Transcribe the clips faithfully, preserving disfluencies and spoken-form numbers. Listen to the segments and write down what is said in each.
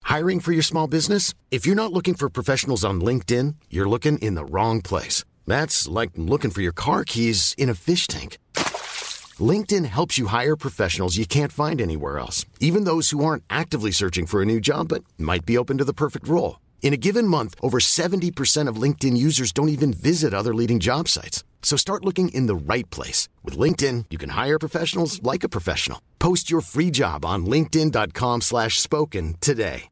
Hiring for your small business? If you're not looking for professionals on LinkedIn, you're looking in the wrong place. That's like looking for your car keys in a fish tank. LinkedIn helps you hire professionals you can't find anywhere else, even those who aren't actively searching for a new job but might be open to the perfect role. In a given month, over seventy percent of LinkedIn users don't even visit other leading job sites. So start looking in the right place. With LinkedIn, you can hire professionals like a professional. Post your free job on linkedin.com slash spoken today.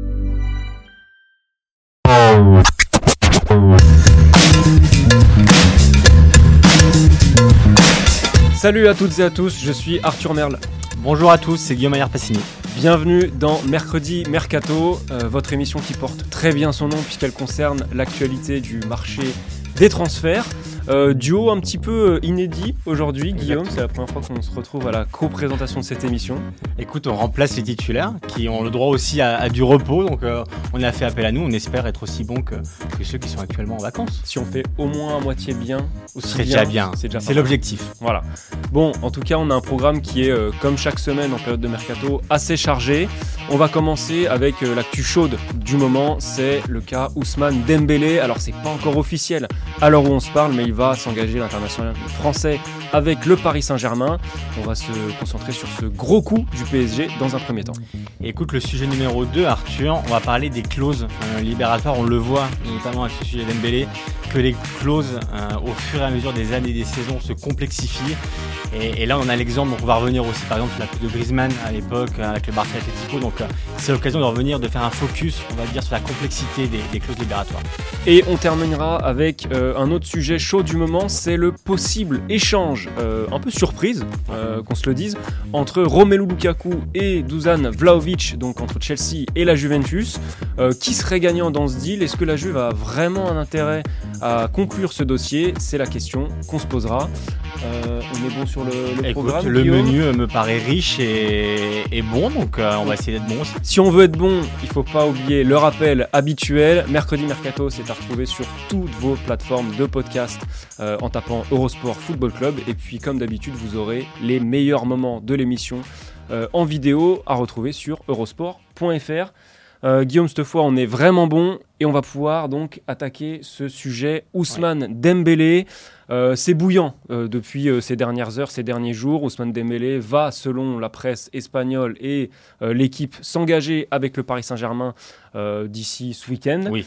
Salut à toutes et à tous, je suis Arthur Merle. Bonjour à tous, c'est Guillaume Ayer-Passini. Bienvenue dans Mercredi Mercato, euh, votre émission qui porte très bien son nom puisqu'elle concerne l'actualité du marché des transferts. Euh, duo un petit peu inédit aujourd'hui, Guillaume, c'est la première fois qu'on se retrouve à la co-présentation de cette émission. Écoute, on remplace les titulaires qui ont le droit aussi à, à du repos, donc euh, on a fait appel à nous, on espère être aussi bons que, que ceux qui sont actuellement en vacances. Si on fait au moins à moitié bien, aussi c'est bien, déjà bien, c'est, déjà c'est l'objectif. Voilà. Bon, en tout cas, on a un programme qui est, euh, comme chaque semaine en période de mercato, assez chargé. On va commencer avec euh, l'actu chaude du moment, c'est le cas Ousmane Dembélé. Alors, c'est pas encore officiel à l'heure où on se parle, mais il va s'engager l'international français avec le Paris Saint-Germain. On va se concentrer sur ce gros coup du P S G dans un premier temps. Et écoute, le sujet numéro deux, Arthur, on va parler des clauses euh, libératoires. On le voit, notamment avec ce sujet Dembélé, que les clauses, euh, au fur et à mesure des années et des saisons, se complexifient. Et, et là, on a l'exemple, donc on va revenir aussi, par exemple, sur la clause de Griezmann à l'époque, euh, avec le Barça Atlético. Donc, euh, c'est l'occasion de revenir, de faire un focus, on va dire, sur la complexité des, des clauses libératoires. Et on terminera avec euh, un autre sujet chaud du moment, c'est le possible échange, euh, un peu surprise, euh, qu'on se le dise, entre Romelu Lukaku et Dusan Vlahovic, donc entre Chelsea et la Juventus. Euh, qui serait gagnant dans ce deal ? Est-ce que la Juve a vraiment un intérêt à conclure ce dossier ? C'est la question qu'on se posera. Euh, on est bon sur le, le Écoute, programme. Le Guillaume menu me paraît riche et, et bon, donc euh, on va essayer d'être bon aussi. Si on veut être bon, il ne faut pas oublier le rappel habituel. Mercredi Mercato, c'est à retrouver sur toutes vos plateformes de podcast euh, en tapant Eurosport Football Club. Et puis, comme d'habitude, vous aurez les meilleurs moments de l'émission euh, en vidéo à retrouver sur eurosport point f r. Euh, Guillaume, cette fois, on est vraiment bon et on va pouvoir donc attaquer ce sujet Ousmane ouais. Dembélé. Euh, c'est bouillant euh, depuis euh, ces dernières heures, ces derniers jours. Ousmane Dembélé va, selon la presse espagnole et euh, l'équipe, s'engager avec le Paris Saint-Germain euh, d'ici ce week-end. Oui.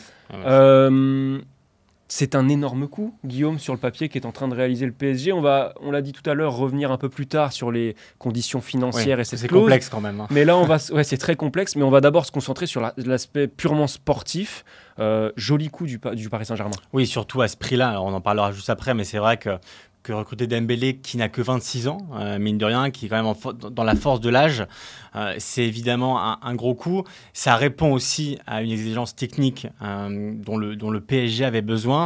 Euh, c'est un énorme coup, Guillaume, sur le papier, qui est en train de réaliser le P S G. On va, on l'a dit tout à l'heure, revenir un peu plus tard sur les conditions financières oui, et cette c'est clause. complexe quand même. Hein. Mais là, on va, ouais, c'est très complexe, mais on va d'abord se concentrer sur la, l'aspect purement sportif. Euh, joli coup du, du Paris Saint-Germain. Oui, surtout à ce prix-là. Alors, on en parlera juste après, mais c'est vrai que que recruter Dembélé qui n'a que vingt-six ans, euh, mine de rien, qui est quand même en fo- dans la force de l'âge, euh, c'est évidemment un, un gros coup. Ça répond aussi à une exigence technique euh, dont, le, dont le P S G avait besoin.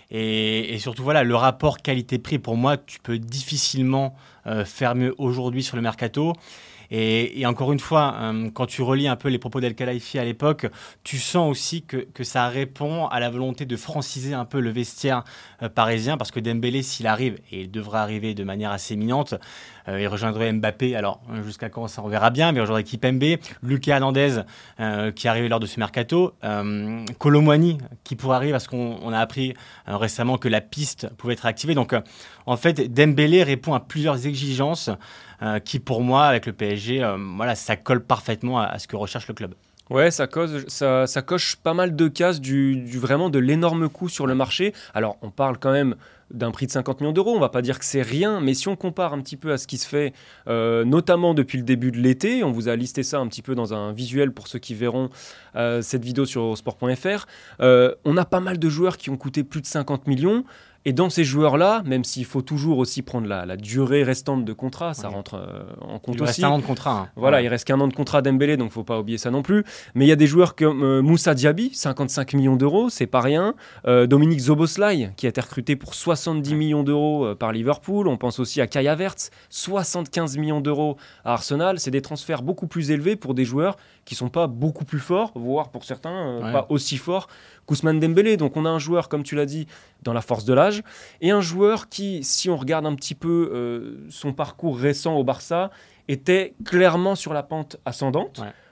Et, et surtout, voilà, le rapport qualité-prix, pour moi, tu peux difficilement euh, faire mieux aujourd'hui sur le mercato. Et, et encore une fois, euh, quand tu relis un peu les propos d'El Khelaifi à l'époque, tu sens aussi que, que ça répond à la volonté de franciser un peu le vestiaire euh, parisien, parce que Dembélé, s'il arrive, et il devrait arriver de manière assez imminente, euh, il rejoindrait Mbappé, alors jusqu'à quand ça on verra bien, mais il rejoindrait Kimpembe, Lucas Hernandez euh, qui est arrivé lors de ce mercato, euh, Kolo Muani qui pourrait arriver, parce qu'on on a appris euh, récemment que la piste pouvait être activée. Donc euh, en fait, Dembélé répond à plusieurs exigences Euh, qui pour moi, avec le P S G, euh, voilà, ça colle parfaitement à, à ce que recherche le club. Ouais, ça, cause, ça, ça coche pas mal de cases du, du, vraiment de l'énorme coût sur le marché. Alors, on parle quand même d'un prix de cinquante millions d'euros, on va pas dire que c'est rien, mais si on compare un petit peu à ce qui se fait, euh, notamment depuis le début de l'été, on vous a listé ça un petit peu dans un visuel pour ceux qui verront euh, cette vidéo sur eurosport point f r, euh, on a pas mal de joueurs qui ont coûté plus de cinquante millions. Et dans ces joueurs-là, même s'il faut toujours aussi prendre la, la durée restante de contrat, ça oui. rentre euh, en compte il aussi. Il reste un an de contrat. Hein. Voilà, ouais. il reste qu'un an de contrat Dembélé, donc il ne faut pas oublier ça non plus. Mais il y a des joueurs comme euh, Moussa Diaby, cinquante-cinq millions d'euros, c'est pas rien. Euh, Dominique Szoboszlai, qui a été recruté pour soixante-dix millions d'euros euh, par Liverpool. On pense aussi à Kai Havertz, soixante-quinze millions d'euros à Arsenal. C'est des transferts beaucoup plus élevés pour des joueurs qui ne sont pas beaucoup plus forts, voire pour certains euh, ouais. pas aussi forts qu'Ousmane Dembélé. Donc on a un joueur, comme tu l'as dit, dans la force de l'âge, et un joueur qui, si on regarde un petit peu euh, son parcours récent au Barça, était clairement sur la pente ascendante. Ouais.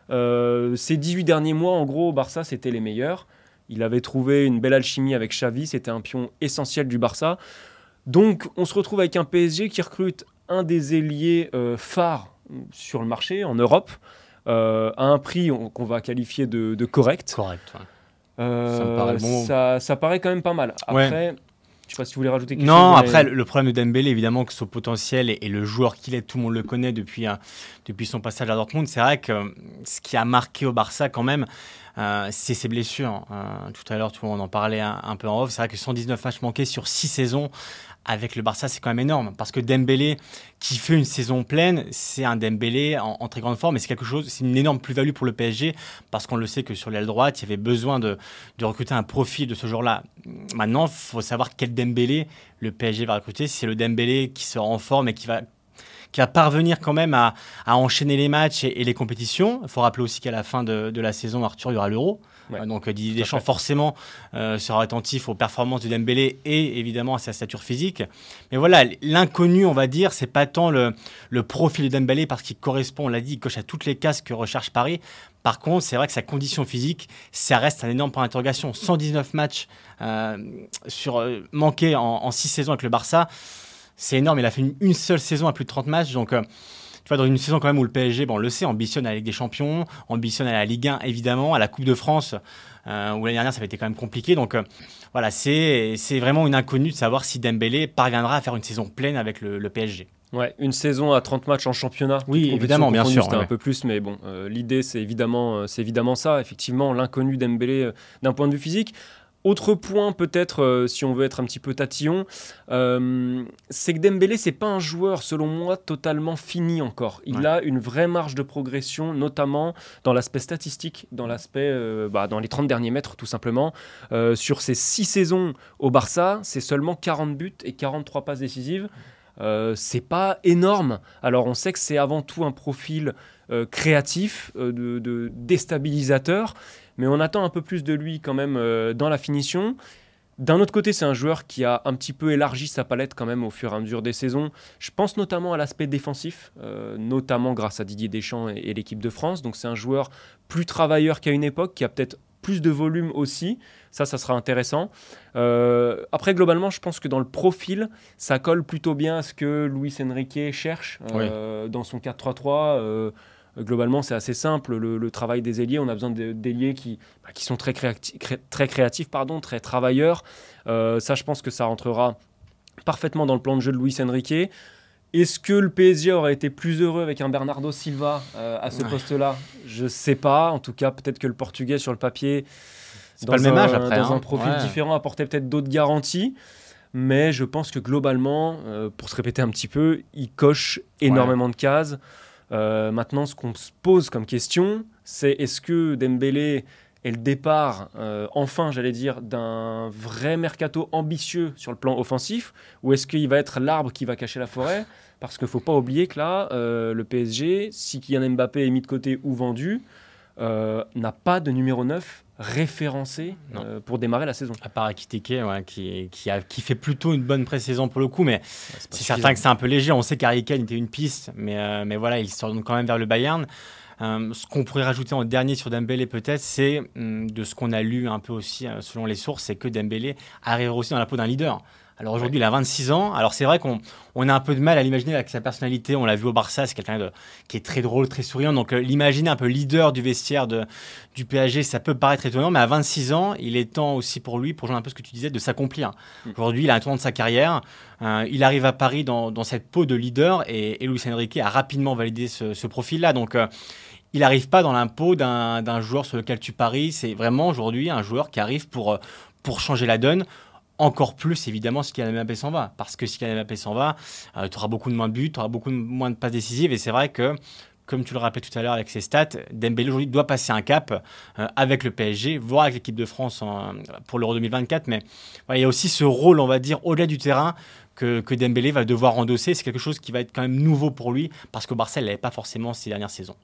Euh, ces dix-huit derniers mois, en gros, au Barça, c'était les meilleurs. Il avait trouvé une belle alchimie avec Xavi, c'était un pion essentiel du Barça. Donc, on se retrouve avec un P S G qui recrute un des ailiers euh, phares sur le marché, en Europe, euh, à un prix on, qu'on va qualifier de, de correct. Correct, ouais. Euh, Ça me paraît bon. Ça, ça paraît quand même pas mal. Après, Ouais. je sais pas si tu voulais rajouter quelque Non, chose. après, mais... le problème de Dembélé, évidemment, que son potentiel et, et le joueur qu'il est, tout le monde le connaît depuis, euh, depuis son passage à Dortmund. C'est vrai que euh, ce qui a marqué au Barça, quand même, euh, c'est ses blessures. Euh, tout à l'heure, tout le monde en parlait un, un peu en off. C'est vrai que cent dix-neuf matchs manqués sur six saisons avec le Barça, c'est quand même énorme. Parce que Dembélé, qui fait une saison pleine, c'est un Dembélé en, en très grande forme. Et c'est quelque chose, c'est une énorme plus-value pour le P S G. Parce qu'on le sait que sur l'aile droite, il y avait besoin de, de recruter un profil de ce genre-là. Maintenant, il faut savoir quel Dembélé le P S G va recruter. C'est le Dembélé qui sera en forme et qui va, qui va parvenir quand même à, à enchaîner les matchs et, et les compétitions. Il faut rappeler aussi qu'à la fin de, de la saison, Arthur, il y aura l'Euro. Ouais. Donc Didier Deschamps forcément euh, sera attentif aux performances de Dembélé et évidemment à sa stature physique. Mais voilà, l'inconnu, on va dire, c'est pas tant le, le profil de Dembélé parce qu'il correspond, on l'a dit, il coche à toutes les cases que recherche Paris. Par contre, c'est vrai que sa condition physique, ça reste un énorme point d'interrogation. cent dix-neuf matchs euh, sur, euh, manqués en, en six saisons avec le Barça, c'est énorme. Il a fait une, une seule saison à plus de trente matchs, donc... Euh, Tu vois, dans une saison quand même où le P S G, bon, on le sait, ambitionne à la Ligue des Champions, ambitionne à la Ligue un évidemment, à la Coupe de France, euh, où l'année dernière ça avait été quand même compliqué. Donc euh, voilà, c'est, c'est vraiment une inconnue de savoir si Dembélé parviendra à faire une saison pleine avec le, le P S G. Ouais, une saison à trente matchs en championnat. Oui, évidemment, bien sûr. C'était ouais. un peu plus, mais bon, euh, l'idée c'est évidemment, euh, c'est évidemment ça. Effectivement, l'inconnu Dembélé euh, d'un point de vue physique. Autre point peut-être, euh, si on veut être un petit peu tatillon, euh, c'est que Dembélé, c'est pas un joueur, selon moi, totalement fini encore. Il ouais. a une vraie marge de progression, notamment dans l'aspect statistique, dans l'aspect, euh, bah, dans les trente derniers mètres, tout simplement. Euh, sur ces six saisons au Barça, c'est seulement quarante buts et quarante-trois passes décisives. Euh, c'est pas énorme. Alors on sait que c'est avant tout un profil euh, créatif, euh, de, de déstabilisateur, mais on attend un peu plus de lui quand même euh, dans la finition. D'un autre côté, c'est un joueur qui a un petit peu élargi sa palette quand même au fur et à mesure des saisons. Je pense notamment à l'aspect défensif, euh, notamment grâce à Didier Deschamps et, et l'équipe de France. Donc c'est un joueur plus travailleur qu'à une époque, qui a peut-être plus de volume aussi. Ça, ça sera intéressant. Euh, après, globalement, je pense que dans le profil, ça colle plutôt bien à ce que Luis Enrique cherche euh, oui. dans son quatre trois trois. Euh, globalement, c'est assez simple. Le, le travail des ailiers, on a besoin d'ailiers qui, bah, qui sont très, créati- cré- très créatifs, pardon, très travailleurs. Euh, ça, je pense que ça rentrera parfaitement dans le plan de jeu de Luis Enrique. Est-ce que le P S G aurait été plus heureux avec un Bernardo Silva euh, à ce ouais. poste-là ? Je ne sais pas. En tout cas, peut-être que le Portugais, sur le papier, c'est pas le même âge après, dans hein. un profil ouais. différent, apportait peut-être d'autres garanties. Mais je pense que globalement, euh, pour se répéter un petit peu, il coche énormément ouais. de cases. Euh, maintenant, ce qu'on se pose comme question, c'est est-ce que Dembélé est le départ, euh, enfin, j'allais dire, d'un vrai mercato ambitieux sur le plan offensif, ou est-ce qu'il va être l'arbre qui va cacher la forêt ? Parce qu'il ne faut pas oublier que là, euh, le P S G, si Kylian Mbappé est mis de côté ou vendu, euh, n'a pas de numéro neuf référencé euh, pour démarrer la saison. À part Ekitike, ouais, qui, qui, a, qui fait plutôt une bonne pré-saison pour le coup, mais ouais, c'est, c'est certain que c'est un peu léger. On sait qu'Harry Kane était une piste, mais, euh, mais voilà, il se tourne quand même vers le Bayern. Euh, ce qu'on pourrait rajouter en dernier sur Dembélé peut-être, c'est hum, de ce qu'on a lu un peu aussi euh, selon les sources, c'est que Dembélé arrivera aussi dans la peau d'un leader. Alors aujourd'hui, ouais. il a vingt-six ans. Alors c'est vrai qu'on on a un peu de mal à l'imaginer avec sa personnalité. On l'a vu au Barça, c'est quelqu'un de, qui est très drôle, très souriant. Donc euh, l'imaginer un peu leader du vestiaire de, du P S G, ça peut paraître étonnant. Mais à vingt-six ans, il est temps aussi pour lui, pour rejoindre un peu ce que tu disais, de s'accomplir. Mmh. Aujourd'hui, il a un tournant de sa carrière. Euh, il arrive à Paris dans, dans cette peau de leader. Et, et Luis Enrique a rapidement validé ce, ce profil-là. Donc euh, il n'arrive pas dans l'impôt d'un, d'un joueur sur lequel tu paries. C'est vraiment aujourd'hui un joueur qui arrive pour, pour changer la donne. Encore plus, évidemment, si Kylian Mbappé s'en va. Parce que si Kylian Mbappé s'en va, euh, tu auras beaucoup de moins de buts, tu auras beaucoup de moins de passes décisives. Et c'est vrai que, comme tu le rappelais tout à l'heure avec ses stats, Dembélé aujourd'hui doit passer un cap euh, avec le P S G, voire avec l'équipe de France en, pour l'Euro deux mille vingt-quatre. Mais voilà, il y a aussi ce rôle, on va dire, au-delà du terrain que, que Dembélé va devoir endosser. C'est quelque chose qui va être quand même nouveau pour lui, parce qu'au Barça, il ne l'avait pas forcément ces dernières saisons.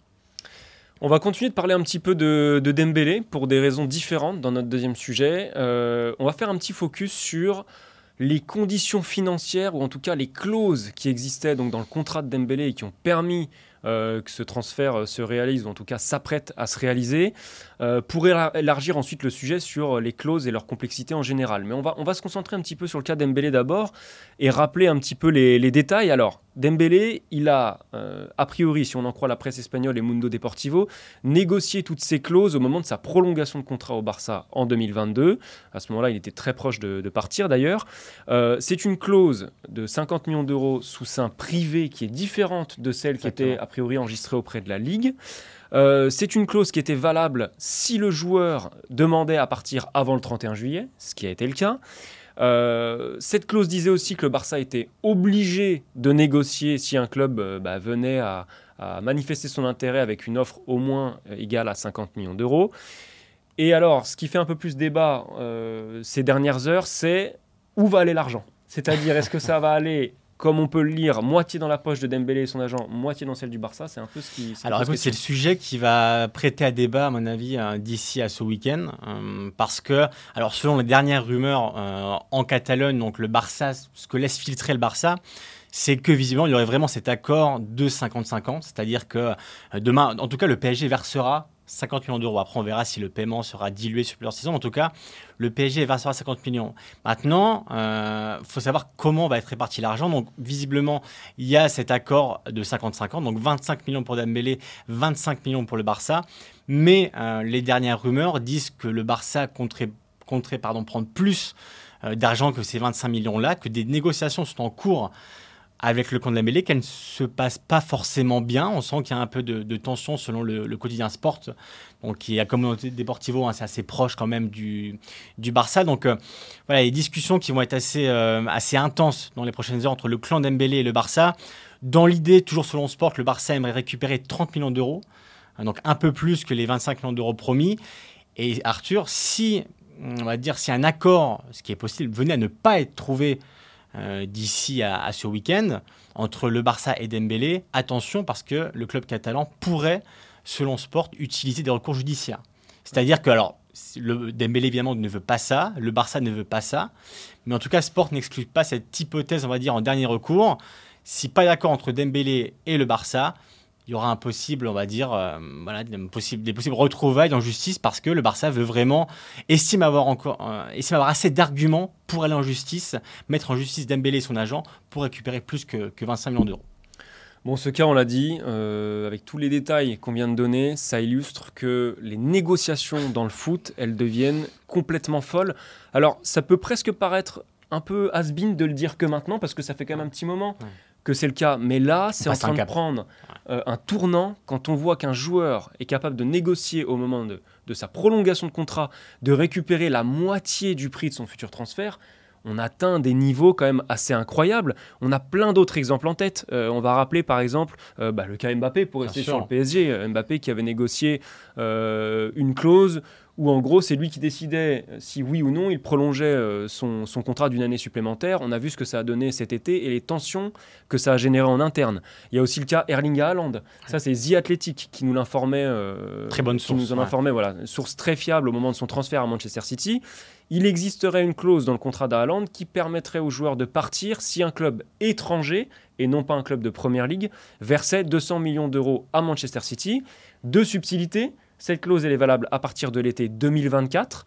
On va continuer de parler un petit peu de, de Dembélé pour des raisons différentes dans notre deuxième sujet. Euh, on va faire un petit focus sur les conditions financières ou en tout cas les clauses qui existaient donc dans le contrat de Dembélé et qui ont permis euh, que ce transfert se réalise, ou en tout cas s'apprête à se réaliser, euh, pour élargir ensuite le sujet sur les clauses et leur complexité en général. Mais on va, on va se concentrer un petit peu sur le cas Dembélé d'abord et rappeler un petit peu les, les détails. Alors, Dembélé, il a, euh, a priori, si on en croit la presse espagnole et Mundo Deportivo, négocié toutes ces clauses au moment de sa prolongation de contrat au Barça en deux mille vingt-deux. À ce moment-là, il était très proche de, de partir d'ailleurs. Euh, c'est une clause de cinquante millions d'euros sous seing privé qui est différente de celle qui Exactement. était a priori enregistrée auprès de la Ligue. Euh, c'est une clause qui était valable si le joueur demandait à partir avant le trente et un juillet, ce qui a été le cas. Euh, cette clause disait aussi que le Barça était obligé de négocier si un club euh, bah, venait à, à manifester son intérêt avec une offre au moins euh, égale à cinquante millions d'euros. Et alors, ce qui fait un peu plus débat euh, ces dernières heures, c'est où va aller l'argent ? C'est-à-dire, est-ce que ça va aller, comme on peut le lire, moitié dans la poche de Dembélé et son agent, moitié dans celle du Barça ? C'est un peu ce qui... Alors écoute, c'est le sujet qui va prêter à débat, à mon avis, euh, d'ici à ce week-end. Euh, parce que, alors selon les dernières rumeurs euh, en Catalogne, donc le Barça, ce que laisse filtrer le Barça, c'est que visiblement, il y aurait vraiment cet accord de cinquante cinquante. C'est-à-dire que euh, demain, en tout cas, le P S G versera cinquante millions d'euros. Après, on verra si le paiement sera dilué sur plusieurs saisons. En tout cas, le P S G versera cinquante millions. Maintenant, il euh, faut savoir comment va être réparti l'argent. Donc, visiblement, il y a cet accord de cinquante cinquante. Donc, vingt-cinq millions pour Dembélé, vingt-cinq millions pour le Barça. Mais euh, les dernières rumeurs disent que le Barça compterait, compterait pardon, prendre plus euh, d'argent que ces vingt-cinq millions-là, que des négociations sont en cours avec le camp de Dembélé, qu'elle ne se passe pas forcément bien. On sent qu'il y a un peu de, de tension selon le, le quotidien Sport, donc qui est la communauté Deportivo, hein, c'est assez proche quand même du, du Barça. Donc euh, voilà, les discussions qui vont être assez, euh, assez intenses dans les prochaines heures entre le clan Dembélé et le Barça. Dans l'idée, toujours selon Sport, le Barça aimerait récupérer trente millions d'euros, donc un peu plus que les vingt-cinq millions d'euros promis. Et Arthur, si, on va dire, si un accord, ce qui est possible, venait à ne pas être trouvé Euh, d'ici à, à ce week-end, entre le Barça et Dembélé, attention parce que le club catalan pourrait, selon Sport, utiliser des recours judiciaires. C'est-à-dire que, alors, le Dembélé évidemment ne veut pas ça, le Barça ne veut pas ça, mais en tout cas, Sport n'exclut pas cette hypothèse, on va dire, en dernier recours. Si pas d'accord entre Dembélé et le Barça, il y aura un possible, on va dire, euh, voilà, des, possibles, des possibles retrouvailles en justice parce que le Barça veut vraiment, estime avoir, encore, euh, estime avoir assez d'arguments pour aller en justice, mettre en justice Dembélé et son agent pour récupérer plus que, que vingt-cinq millions d'euros. Bon, ce cas, on l'a dit, euh, avec tous les détails qu'on vient de donner, ça illustre que les négociations dans le foot, elles deviennent complètement folles. Alors, ça peut presque paraître un peu has-been de le dire que maintenant, parce que ça fait quand même un petit moment ouais. que c'est le cas. Mais là, c'est en train de prendre euh, un tournant quand on voit qu'un joueur est capable de négocier au moment de, de sa prolongation de contrat, de récupérer la moitié du prix de son futur transfert. On atteint des niveaux quand même assez incroyables. On a plein d'autres exemples en tête. Euh, on va rappeler par exemple euh, bah, le cas Mbappé pour rester sur le P S G. Mbappé qui avait négocié euh, une clause où en gros c'est lui qui décidait si oui ou non il prolongeait euh, son, son contrat d'une année supplémentaire. On a vu ce que ça a donné cet été et les tensions que ça a généré en interne. Il y a aussi le cas Erling Haaland. Ça c'est The Athletic qui nous l'informait. Euh, très bonne qui source. Nous en informait, ouais. Voilà, source très fiable au moment de son transfert à Manchester City. Il existerait une clause dans le contrat d'Haaland qui permettrait aux joueurs de partir si un club étranger, et non pas un club de Première Ligue, versait deux cents millions d'euros à Manchester City. De subtilité, cette clause elle est valable à partir de l'été deux mille vingt-quatre.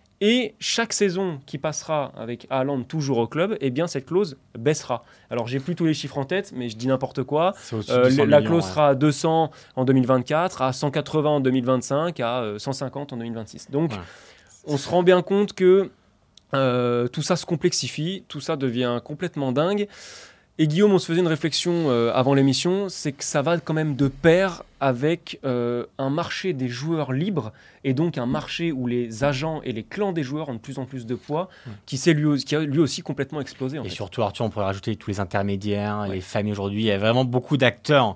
Et chaque saison qui passera avec Haaland toujours au club, eh bien cette clause baissera. Alors j'ai plus tous les chiffres en tête, mais je dis n'importe quoi. Euh, la clause ouais. sera à deux cents en deux mille vingt-quatre, à cent quatre-vingts en deux mille vingt-cinq, à euh, cent cinquante en deux mille vingt-six. Donc ouais. on se rend bien compte que euh, tout ça se complexifie, tout ça devient complètement dingue. Et Guillaume, on se faisait une réflexion euh, avant l'émission, c'est que ça va quand même de pair avec euh, un marché des joueurs libres et donc un marché où les agents et les clans des joueurs ont de plus en plus de poids, mmh. qui, s'est lui, qui a lui aussi complètement explosé. En et fait. Surtout, Arthur, on pourrait rajouter tous les intermédiaires, ouais. les familles aujourd'hui. Il y a vraiment beaucoup d'acteurs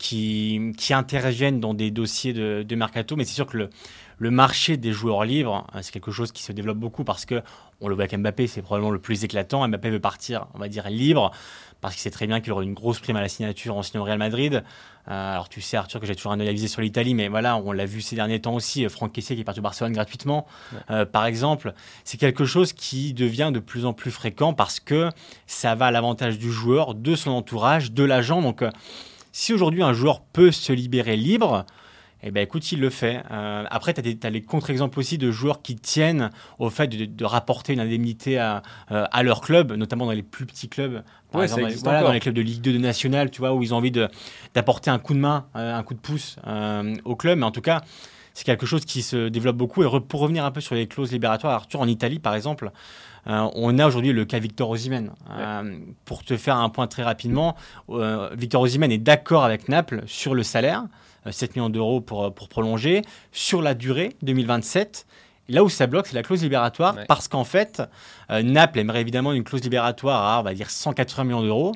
qui, qui interviennent dans des dossiers de, de mercato, mais c'est sûr que le, le marché des joueurs libres, c'est quelque chose qui se développe beaucoup parce que on le voit avec Mbappé, c'est probablement le plus éclatant. Mbappé veut partir, on va dire, libre, parce qu'il sait très bien qu'il aura une grosse prime à la signature en signant au Real Madrid. Euh, alors tu sais, Arthur, que j'ai toujours un œil avisé sur l'Italie, mais voilà, on l'a vu ces derniers temps aussi. Franck Kessié qui est parti au Barcelone gratuitement, ouais. euh, par exemple. C'est quelque chose qui devient de plus en plus fréquent parce que ça va à l'avantage du joueur, de son entourage, de l'agent. Donc euh, Si aujourd'hui un joueur peut se libérer libre, eh ben écoute, il le fait. Euh, après, tu as les contre-exemples aussi de joueurs qui tiennent au fait de, de rapporter une indemnité à, euh, à leur club, notamment dans les plus petits clubs. Par ouais, exemple, ça existe voilà, encore. dans les clubs de Ligue deux de National, tu vois, où ils ont envie de, d'apporter un coup de main, euh, un coup de pouce euh, au club. Mais en tout cas, c'est quelque chose qui se développe beaucoup. Et re, pour revenir un peu sur les clauses libératoires, Arthur, en Italie, par exemple, euh, on a aujourd'hui le cas Victor Osimhen. Ouais. Euh, pour te faire un point très rapidement, euh, Victor Osimhen est d'accord avec Naples sur le salaire. sept millions d'euros pour, pour prolonger, sur la durée deux mille vingt-sept. Là où ça bloque, c'est la clause libératoire, ouais. Parce qu'en fait, euh, Naples aimerait évidemment une clause libératoire à, on va dire, cent quatre-vingts millions d'euros,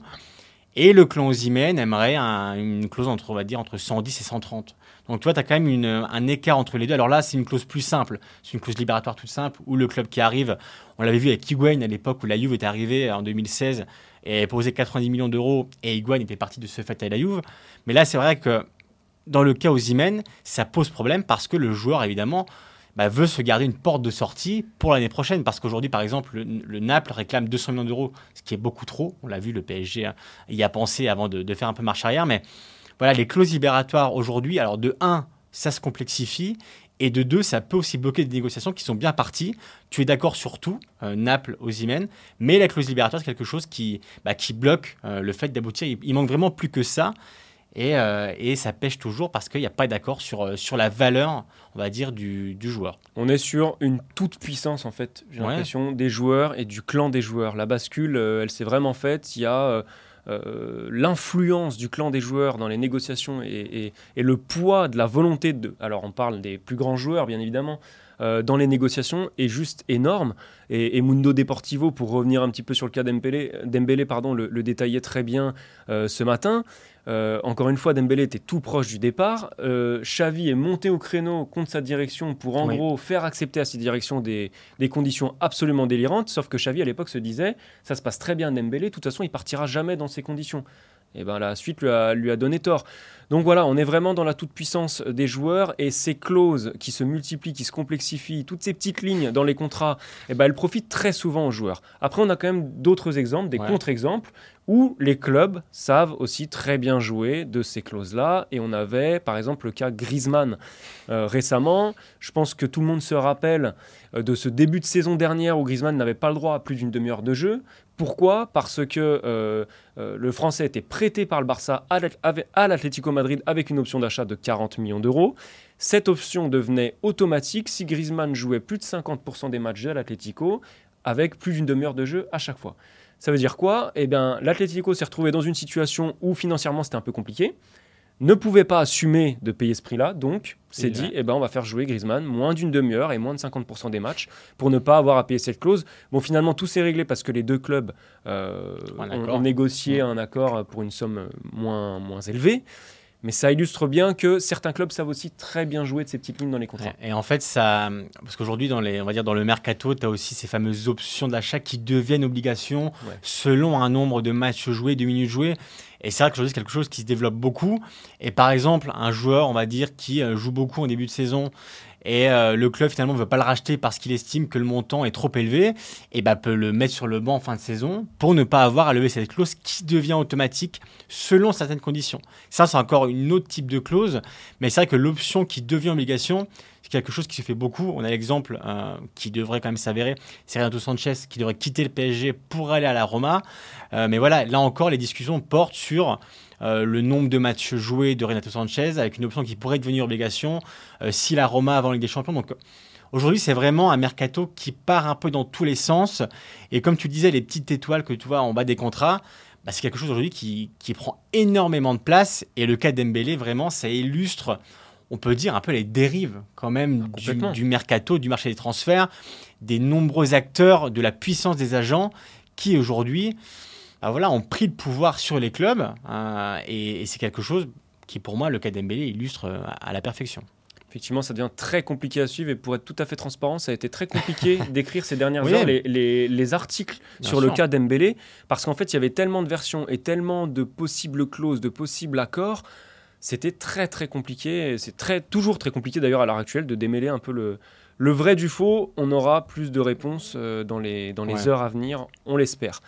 et le clan Osimhen aimerait un, une clause entre, on va dire, entre cent dix et cent trente. Donc tu vois, tu as quand même une, un écart entre les deux. Alors là, c'est une clause plus simple, c'est une clause libératoire toute simple, où le club qui arrive, on l'avait vu avec Higuain à l'époque où la Juve était arrivée en deux mille seize, et posait quatre-vingt-dix millions d'euros, et Higuain était parti de ce fait à la Juve. Mais là, c'est vrai que dans le cas Osimhen, ça pose problème parce que le joueur, évidemment, bah, veut se garder une porte de sortie pour l'année prochaine. Parce qu'aujourd'hui, par exemple, le, le Naples réclame deux cents millions d'euros, ce qui est beaucoup trop. On l'a vu, le P S G y a pensé avant de, de faire un peu marche arrière. Mais voilà, les clauses libératoires aujourd'hui, alors de un, ça se complexifie. Et de deux, ça peut aussi bloquer des négociations qui sont bien parties. Tu es d'accord sur tout, euh, Naples, Osimhen, mais la clause libératoire, c'est quelque chose qui, bah, qui bloque euh, le fait d'aboutir. Il, il manque vraiment plus que ça. Et, euh, et ça pêche toujours parce qu'il n'y a pas d'accord sur, sur la valeur, on va dire, du, du joueur. On est sur une toute puissance, en fait, j'ai ouais. l'impression, des joueurs et du clan des joueurs. La bascule, euh, elle s'est vraiment faite. Il y a euh, euh, l'influence du clan des joueurs dans les négociations et, et, et le poids de la volonté de... Alors, on parle des plus grands joueurs, bien évidemment, euh, dans les négociations est juste énorme. Et, et Mundo Deportivo, pour revenir un petit peu sur le cas Dembélé, Dembélé pardon, le, le détaillait très bien euh, ce matin. Euh, encore une fois, Dembélé était tout proche du départ. Euh, Xavi est monté au créneau contre sa direction pour en oui. gros faire accepter à sa direction des, des conditions absolument délirantes. Sauf que Xavi à l'époque se disait, ça se passe très bien Dembélé, de toute façon il partira jamais dans ces conditions. Et ben la suite lui a, lui a donné tort. Donc voilà, on est vraiment dans la toute-puissance des joueurs et ces clauses qui se multiplient, qui se complexifient, toutes ces petites lignes dans les contrats, et ben elles profitent très souvent aux joueurs. Après, on a quand même d'autres exemples, des ouais. contre-exemples, où les clubs savent aussi très bien jouer de ces clauses-là. Et on avait, par exemple, le cas Griezmann euh, récemment. Je pense que tout le monde se rappelle euh, de ce début de saison dernière où Griezmann n'avait pas le droit à plus d'une demi-heure de jeu. Pourquoi ? Parce que euh, euh, le Français était prêté par le Barça à, à l'Atlético Madrid avec une option d'achat de quarante millions d'euros. Cette option devenait automatique si Griezmann jouait plus de cinquante pour cent des matchs de l'Atlético avec plus d'une demi-heure de jeu à chaque fois. Ça veut dire quoi ? Eh bien, l'Atlético s'est retrouvé dans une situation où financièrement c'était un peu compliqué, ne pouvait pas assumer de payer ce prix-là, donc s'est dit, eh ben, on va faire jouer Griezmann moins d'une demi-heure et moins de cinquante pour cent des matchs pour ne pas avoir à payer cette clause. Bon, finalement, tout s'est réglé parce que les deux clubs euh, ont, ont négocié ouais. un accord pour une somme moins, moins élevée. Mais ça illustre bien que certains clubs savent aussi très bien jouer de ces petites lignes dans les contrats. Et en fait, ça, parce qu'aujourd'hui, dans les, on va dire dans le mercato, tu as aussi ces fameuses options d'achat qui deviennent obligations ouais. selon un nombre de matchs joués, de minutes jouées. Et c'est vrai qu'aujourd'hui, c'est quelque chose qui se développe beaucoup. Et par exemple, un joueur, on va dire, qui joue beaucoup en début de saison et euh, le club finalement ne veut pas le racheter parce qu'il estime que le montant est trop élevé, et bah, peut le mettre sur le banc en fin de saison pour ne pas avoir à lever cette clause qui devient automatique selon certaines conditions. Ça, c'est encore une autre type de clause, mais c'est vrai que l'option qui devient obligation, c'est quelque chose qui se fait beaucoup. On a l'exemple euh, qui devrait quand même s'avérer, c'est Renato Sanchez qui devrait quitter le P S G pour aller à la Roma. Euh, mais voilà, là encore, les discussions portent sur Euh, le nombre de matchs joués de Renato Sanchez avec une option qui pourrait devenir obligation euh, si la Roma avant la Ligue des Champions. Donc aujourd'hui, c'est vraiment un mercato qui part un peu dans tous les sens. Et comme tu disais, les petites étoiles que tu vois en bas des contrats, bah, c'est quelque chose aujourd'hui qui, qui prend énormément de place. Et le cas Dembélé, vraiment, ça illustre, on peut dire, un peu les dérives quand même ah, du, du mercato, du marché des transferts, des nombreux acteurs, de la puissance des agents qui aujourd'hui... Ah voilà, ont pris le pouvoir sur les clubs euh, et, et c'est quelque chose qui, pour moi, le cas Dembélé illustre à, à la perfection. Effectivement, ça devient très compliqué à suivre et pour être tout à fait transparent, ça a été très compliqué d'écrire ces dernières oui. heures les, les, les articles Bien sur sûr. le cas Dembélé parce qu'en fait, il y avait tellement de versions et tellement de possibles clauses, de possibles accords. C'était très, très compliqué. Et c'est très, toujours très compliqué d'ailleurs à l'heure actuelle de démêler un peu le, le vrai du faux. On aura plus de réponses euh, dans les, dans les ouais. heures à venir, on l'espère.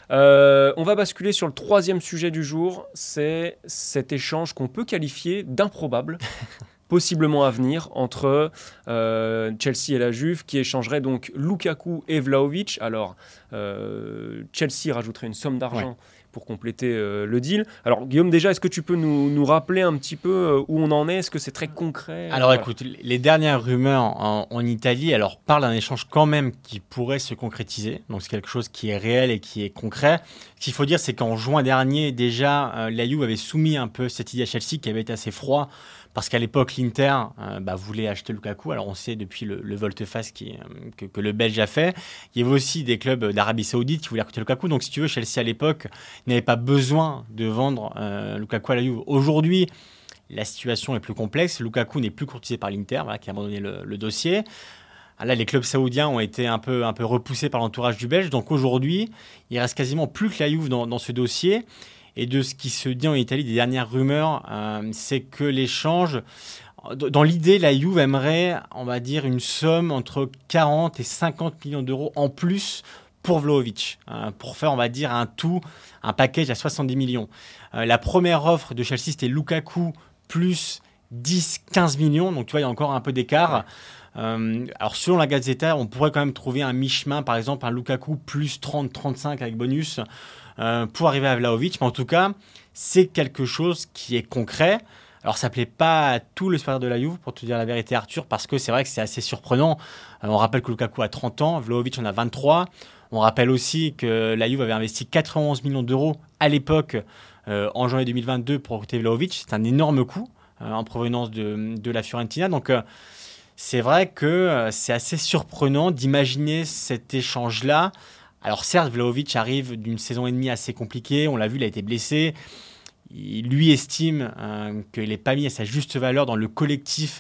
Euh, on va basculer sur le troisième sujet du jour, c'est cet échange qu'on peut qualifier d'improbable, possiblement à venir, entre euh, Chelsea et la Juve, qui échangerait donc Lukaku et Vlahovic. Alors, euh, Chelsea rajouterait une somme d'argent ouais. pour compléter euh, le deal. Alors, Guillaume, déjà, est-ce que tu peux nous, nous rappeler un petit peu euh, où on en est ? Est-ce que c'est très concret ? Alors, voilà. Écoute, les dernières rumeurs en, en Italie alors, parlent d'un échange quand même qui pourrait se concrétiser. Donc, c'est quelque chose qui est réel et qui est concret. Ce qu'il faut dire, c'est qu'en juin dernier, déjà, euh, la Juve avait soumis un peu cette idée à Chelsea qui avait été assez froid. Parce qu'à l'époque, l'Inter euh, bah, voulait acheter Lukaku. Alors, on sait depuis le, le volte-face qui, euh, que, que le Belge a fait. Il y avait aussi des clubs d'Arabie Saoudite qui voulaient recruter Lukaku. Donc, si tu veux, Chelsea, à l'époque, n'avait pas besoin de vendre euh, Lukaku à la Juve. Aujourd'hui, la situation est plus complexe. Lukaku n'est plus courtisé par l'Inter, voilà, qui a abandonné le, le dossier. Là, les clubs saoudiens ont été un peu, un peu repoussés par l'entourage du Belge. Donc, aujourd'hui, il reste quasiment plus que la Juve dans, dans ce dossier. Et de ce qui se dit en Italie, des dernières rumeurs, euh, c'est que l'échange, dans l'idée, la Juve aimerait, on va dire, une somme entre quarante et cinquante millions d'euros en plus pour Vlahovic, euh, pour faire, on va dire, un tout, un package à soixante-dix millions. Euh, la première offre de Chelsea, c'était Lukaku plus dix à quinze millions, donc tu vois, il y a encore un peu d'écart. Euh, alors, selon la Gazzetta, on pourrait quand même trouver un mi-chemin, par exemple, un Lukaku plus trente à trente-cinq avec bonus. Euh, pour arriver à Vlahovic, mais en tout cas, c'est quelque chose qui est concret. Alors, ça ne plaît pas à tout le supérieur de la Juve, pour te dire la vérité, Arthur, parce que c'est vrai que c'est assez surprenant. Euh, on rappelle que Lukaku a trente ans, Vlahovic en a vingt-trois. On rappelle aussi que la Juve avait investi quatre-vingt-onze millions d'euros à l'époque, euh, en janvier deux mille vingt-deux, pour recruter Vlahovic. C'est un énorme coût euh, en provenance de, de la Fiorentina. Donc, euh, c'est vrai que euh, c'est assez surprenant d'imaginer cet échange-là. Alors certes, Vlahovic arrive d'une saison et demie assez compliquée, on l'a vu, il a été blessé. Il, lui estime euh, qu'il n'est pas mis à sa juste valeur dans le collectif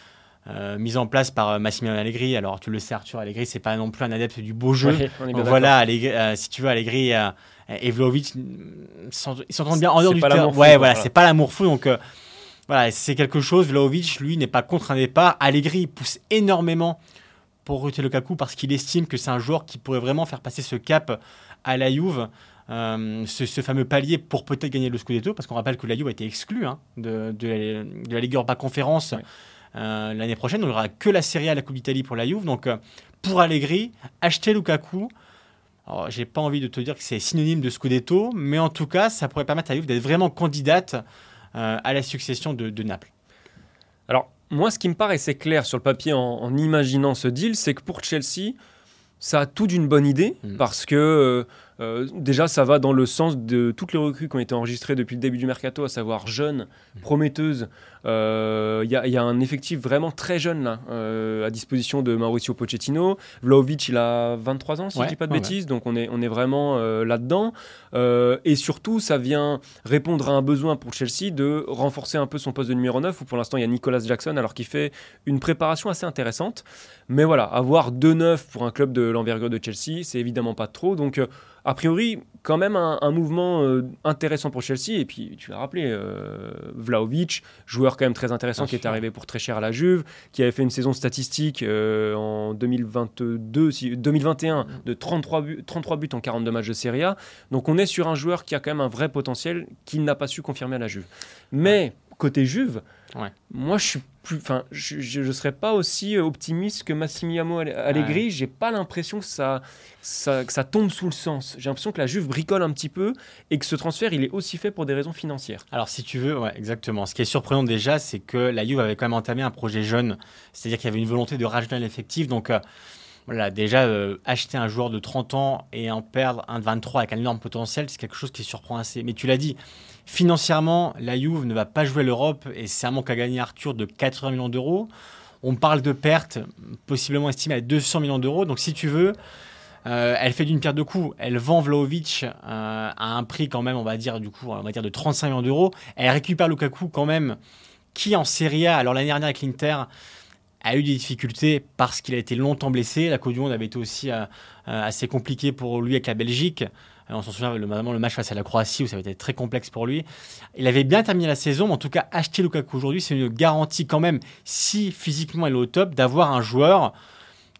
euh, mis en place par Massimiliano Allegri. Alors tu le sais Arthur, Allegri, c'est pas non plus un adepte du beau jeu. Oui, Donc voilà, Allegri, euh, si tu veux, Allegri euh, et Vlahovic, ils s'entendent bien en dehors du terrain. Ouais, fou, voilà, voilà, c'est pas l'amour fou, donc... Euh, voilà, c'est quelque chose. Vlahovic, lui, n'est pas contre un départ. Allegri pousse énormément pour recruter Lukaku parce qu'il estime que c'est un joueur qui pourrait vraiment faire passer ce cap à la Juve, euh, ce, ce fameux palier pour peut-être gagner le Scudetto, parce qu'on rappelle que la Juve a été exclue hein, de, de, la, de la Ligue Europa Conférence ouais. euh, l'année prochaine. Donc il n'y aura que la Serie A, la Coupe d'Italie pour la Juve. Donc euh, pour Allegri, acheter Lukaku, alors, j'ai pas envie de te dire que c'est synonyme de Scudetto, mais en tout cas, ça pourrait permettre à la Juve d'être vraiment candidate euh, à la succession de, de Naples. Alors, moi, ce qui me paraissait clair sur le papier en, en imaginant ce deal, c'est que pour Chelsea, ça a tout d'une bonne idée, mmh. parce que euh, euh, déjà, ça va dans le sens de toutes les recrues qui ont été enregistrées depuis le début du mercato, à savoir jeunes, mmh. prometteuses. Il euh, y, y a un effectif vraiment très jeune là, euh, à disposition de Mauricio Pochettino. Vlahovic, il a vingt-trois ans, si ouais, je ne dis pas de ouais. bêtises, donc on est, on est vraiment euh, là-dedans. Euh, et surtout, ça vient répondre à un besoin pour Chelsea de renforcer un peu son poste de numéro neuf, où pour l'instant, il y a Nicolas Jackson, alors qu'il fait une préparation assez intéressante. Mais voilà, avoir deux neufs pour un club de l'envergure de Chelsea, c'est évidemment pas trop. Donc, euh, a priori, quand même un, un mouvement euh, intéressant pour Chelsea. Et puis, tu l'as rappelé, euh, Vlahovic, joueur quand même très intéressant, Bien qui sûr. Est arrivé pour très cher à la Juve, qui avait fait une saison statistique euh, en deux mille vingt-deux, deux mille vingt et un de trente-trois buts, trente-trois buts en quarante-deux matchs de Serie A. Donc, on est sur un joueur qui a quand même un vrai potentiel qu'il n'a pas su confirmer à la Juve. Mais, ouais. côté Juve, ouais. moi, je suis plus, enfin, je ne serais pas aussi optimiste que Massimiliano Allegri. Ouais. J'ai pas l'impression que ça, ça, que ça tombe sous le sens. J'ai l'impression que la Juve bricole un petit peu et que ce transfert, il est aussi fait pour des raisons financières. Alors, si tu veux, ouais, exactement. Ce qui est surprenant déjà, c'est que la Juve avait quand même entamé un projet jeune. C'est-à-dire qu'il y avait une volonté de rajouter l'effectif. Donc, euh, voilà, déjà, euh, acheter un joueur de trente ans et en perdre un de vingt-trois avec un énorme potentiel, c'est quelque chose qui surprend assez. Mais tu l'as dit, financièrement, la Juve ne va pas jouer l'Europe et c'est un manque à gagner, Arthur, de quatre-vingts millions d'euros. On parle de pertes possiblement estimées à deux cents millions d'euros. Donc, si tu veux, euh, elle fait d'une pierre deux coups. Elle vend Vlahovic euh, à un prix quand même, on va dire, du coup, on va dire de trente-cinq millions d'euros. Elle récupère Lukaku quand même, qui en Serie A, alors l'année dernière avec l'Inter, a eu des difficultés parce qu'il a été longtemps blessé. La Coupe du Monde avait été aussi euh, assez compliquée pour lui avec la Belgique. On s'en souvient, notamment le match face à la Croatie où ça avait été très complexe pour lui. Il avait bien terminé la saison, mais en tout cas, acheter Lukaku aujourd'hui, c'est une garantie quand même, si physiquement il est au top, d'avoir un joueur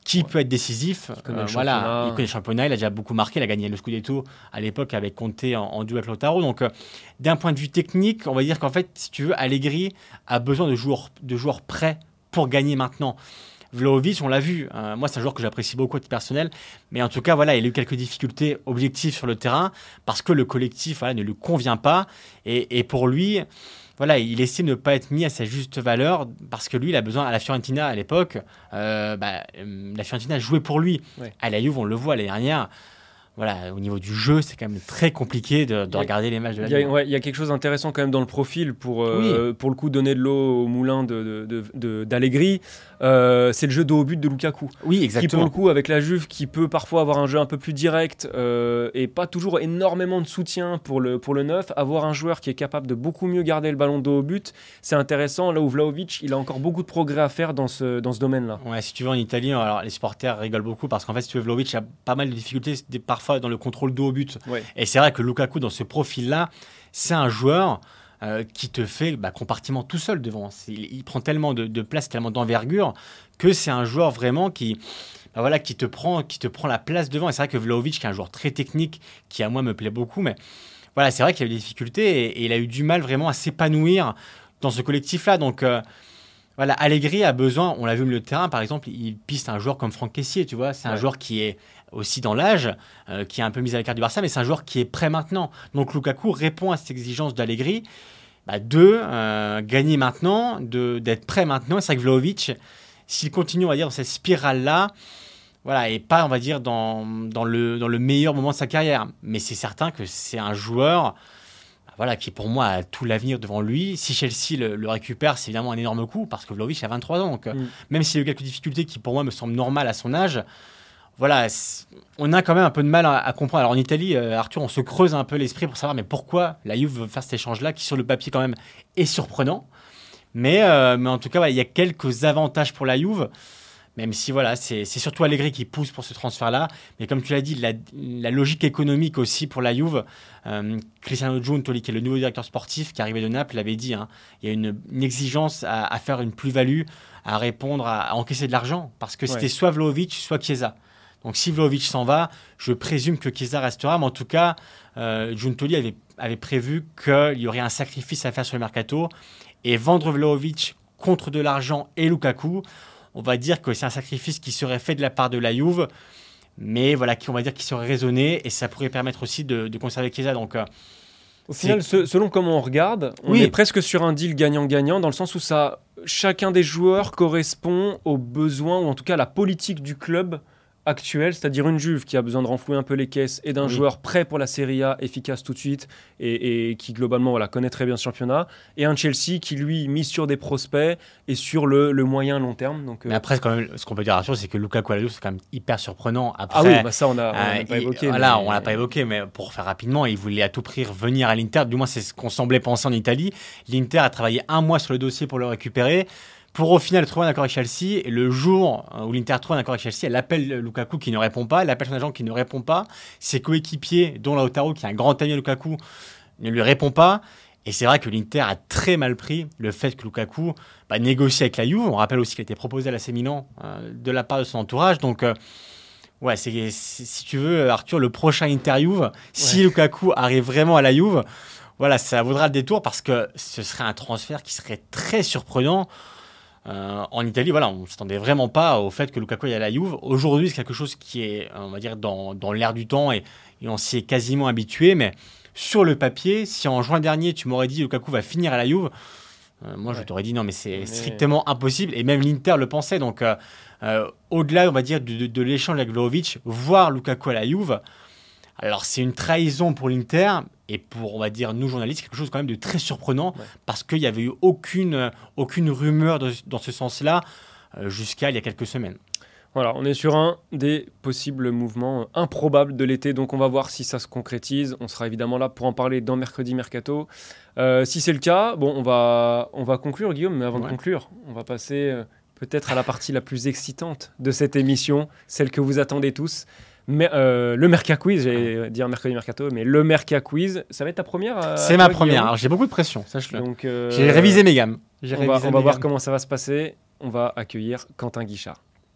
qui ouais. peut être décisif. Il connaît, euh, voilà, il connaît le championnat, il a déjà beaucoup marqué, il a gagné le Scudetto à l'époque avec Conte en, en duo avec Lautaro. Donc, euh, d'un point de vue technique, on va dire qu'en fait, si tu veux, Allegri a besoin de joueurs, de joueurs prêts pour gagner maintenant. Vlahovic, on l'a vu, euh, moi c'est un joueur que j'apprécie beaucoup à titre personnel, mais en tout cas, voilà, il a eu quelques difficultés objectives sur le terrain parce que le collectif voilà, ne lui convient pas. Et, et pour lui... Voilà, il estime ne pas être mis à sa juste valeur parce que lui, il a besoin, à la Fiorentina à l'époque, euh, bah, la Fiorentina jouait pour lui. Ouais. À la Juve, on le voit l'année dernière. Voilà, au niveau du jeu, c'est quand même très compliqué de, de regarder les matchs de la Juve. Il ouais, y a quelque chose d'intéressant quand même dans le profil pour, euh, oui. pour le coup, donner de l'eau au moulin de, de, de, d'Allegri. Euh, c'est le jeu de haut but de Lukaku. Oui, exactement. Qui, pour le coup, avec la Juve, qui peut parfois avoir un jeu un peu plus direct euh, et pas toujours énormément de soutien pour le, pour le neuf, avoir un joueur qui est capable de beaucoup mieux garder le ballon de haut but, c'est intéressant. Là où Vlahovic, il a encore beaucoup de progrès à faire dans ce, dans ce domaine-là. Ouais, si tu veux, en Italie, alors, les supporters rigolent beaucoup parce qu'en fait, si tu veux, Vlahovic a pas mal de difficultés parfois dans le contrôle de haut but. Ouais. Et c'est vrai que Lukaku, dans ce profil-là, c'est un joueur euh, qui te fait bah, compartiment tout seul devant. Il, il prend tellement de, de place, tellement d'envergure que c'est un joueur vraiment qui, bah, voilà, qui, te prend, qui te prend la place devant. Et c'est vrai que Vlahovic, qui est un joueur très technique, qui à moi me plaît beaucoup, mais voilà, c'est vrai qu'il a eu des difficultés et, et il a eu du mal vraiment à s'épanouir dans ce collectif-là. Donc, euh, voilà, Allegri a besoin, on l'a vu au milieu de terrain, par exemple, il piste un joueur comme Franck Kessié, tu vois, c'est un ouais. joueur qui est aussi dans l'âge, euh, qui est un peu mis à l'écart du Barça, mais c'est un joueur qui est prêt maintenant. Donc Lukaku répond à cette exigence d'Allegri bah, de euh, gagner maintenant, de, d'être prêt maintenant. Et c'est vrai que Vlahovic, s'il continue, on va dire, dans cette spirale-là, voilà, et pas, on va dire, dans, dans, le, dans le meilleur moment de sa carrière. Mais c'est certain que c'est un joueur... Voilà, qui pour moi a tout l'avenir devant lui. Si Chelsea le, le récupère, c'est évidemment un énorme coup parce que Vlahovic a vingt-trois ans. Donc, mm. même s'il a eu quelques difficultés qui pour moi me semblent normales à son âge, voilà, on a quand même un peu de mal à, à comprendre. Alors en Italie, euh, Arthur, on se creuse un peu l'esprit pour savoir mais pourquoi la Juve veut faire cet échange-là qui sur le papier quand même est surprenant. Mais, euh, mais en tout cas, voilà, il y a quelques avantages pour la Juve. Même si voilà, c'est, c'est surtout Allegri qui pousse pour ce transfert-là. Mais comme tu l'as dit, la, la logique économique aussi pour la Juve, euh, Cristiano Giuntoli, qui est le nouveau directeur sportif, qui arrivait de Naples, l'avait dit, hein, il y a une, une exigence à, à faire une plus-value, à répondre, à, à encaisser de l'argent. Parce que c'était ouais. soit Vlahovic, soit Chiesa. Donc si Vlahovic s'en va, je présume que Chiesa restera. Mais en tout cas, euh, Giuntoli avait, avait prévu qu'il y aurait un sacrifice à faire sur le mercato. Et vendre Vlahovic contre de l'argent et Lukaku, on va dire que c'est un sacrifice qui serait fait de la part de la Juve, mais voilà, qui, on va dire qui serait raisonné et ça pourrait permettre aussi de, de conserver Chiesa. Donc, euh, au final, ce, selon comment on regarde, on oui. est presque sur un deal gagnant-gagnant dans le sens où ça, chacun des joueurs correspond aux besoins ou en tout cas à la politique du club actuel, c'est-à-dire une Juve qui a besoin de renflouer un peu les caisses et d'un oui. joueur prêt pour la Serie A, efficace tout de suite et, et qui globalement voilà, connaît très bien ce championnat, et un Chelsea qui lui mise sur des prospects et sur le, le moyen long terme. Donc, mais euh... après, quand même, ce qu'on peut dire à Arthur, c'est que Lukaku à la Juve, c'est quand même hyper surprenant. Après, ah oui, bah ça on n'a euh, pas évoqué. Voilà, mais... on l'a pas évoqué, mais pour faire rapidement, il voulait à tout prix revenir à l'Inter. Du moins, c'est ce qu'on semblait penser en Italie. L'Inter a travaillé un mois sur le dossier pour le récupérer. Pour au final trouver un accord avec Chelsea, et le jour où l'Inter trouve un accord avec Chelsea, elle appelle Lukaku qui ne répond pas, elle appelle son agent qui ne répond pas, ses coéquipiers, dont Lautaro qui est un grand ami de Lukaku, ne lui répond pas, et c'est vrai que l'Inter a très mal pris le fait que Lukaku bah, négocie avec la Juve. On rappelle aussi qu'il a été proposé à l'A C Milan euh, de la part de son entourage, donc euh, ouais, c'est, c'est, si tu veux Arthur, le prochain Inter-Juve, ouais. si Lukaku arrive vraiment à la Juve, voilà, ça vaudra le détour parce que ce serait un transfert qui serait très surprenant. Euh, en Italie, voilà, on ne s'attendait vraiment pas au fait que Lukaku aille à la Juve. Aujourd'hui, c'est quelque chose qui est, on va dire, dans, dans l'air du temps et, et on s'y est quasiment habitué. Mais sur le papier, si en juin dernier, tu m'aurais dit Lukaku va finir à la Juve, euh, moi, ouais. je t'aurais dit non, mais c'est mais... strictement impossible. Et même l'Inter le pensait. Donc, euh, euh, au-delà, on va dire, de, de, de l'échange avec Vlahovic, voir Lukaku à la Juve, alors c'est une trahison pour l'Inter. Et pour, on va dire, nous journalistes, quelque chose quand même de très surprenant, ouais. parce qu'il n'y avait eu aucune, aucune rumeur de, dans ce sens-là euh, jusqu'à il y a quelques semaines. Voilà, on est sur un des possibles mouvements improbables de l'été, donc on va voir si ça se concrétise. On sera évidemment là pour en parler dans Mercredi Mercato. Euh, si c'est le cas, bon, on va, on va conclure, Guillaume, mais avant ouais. de conclure, on va passer euh, peut-être à la partie la plus excitante de cette émission, celle que vous attendez tous. Mais, euh, le Merca Quiz, j'allais dire Mercredi Mercato, mais le Merca Quiz, ça va être ta première à, C'est à ma toi, première, Guillaume. Alors, j'ai beaucoup de pression, sache-le. Donc, euh, j'ai révisé mes gammes. J'ai on va, on va voir comment ça va se passer. On va accueillir Quentin Guichard.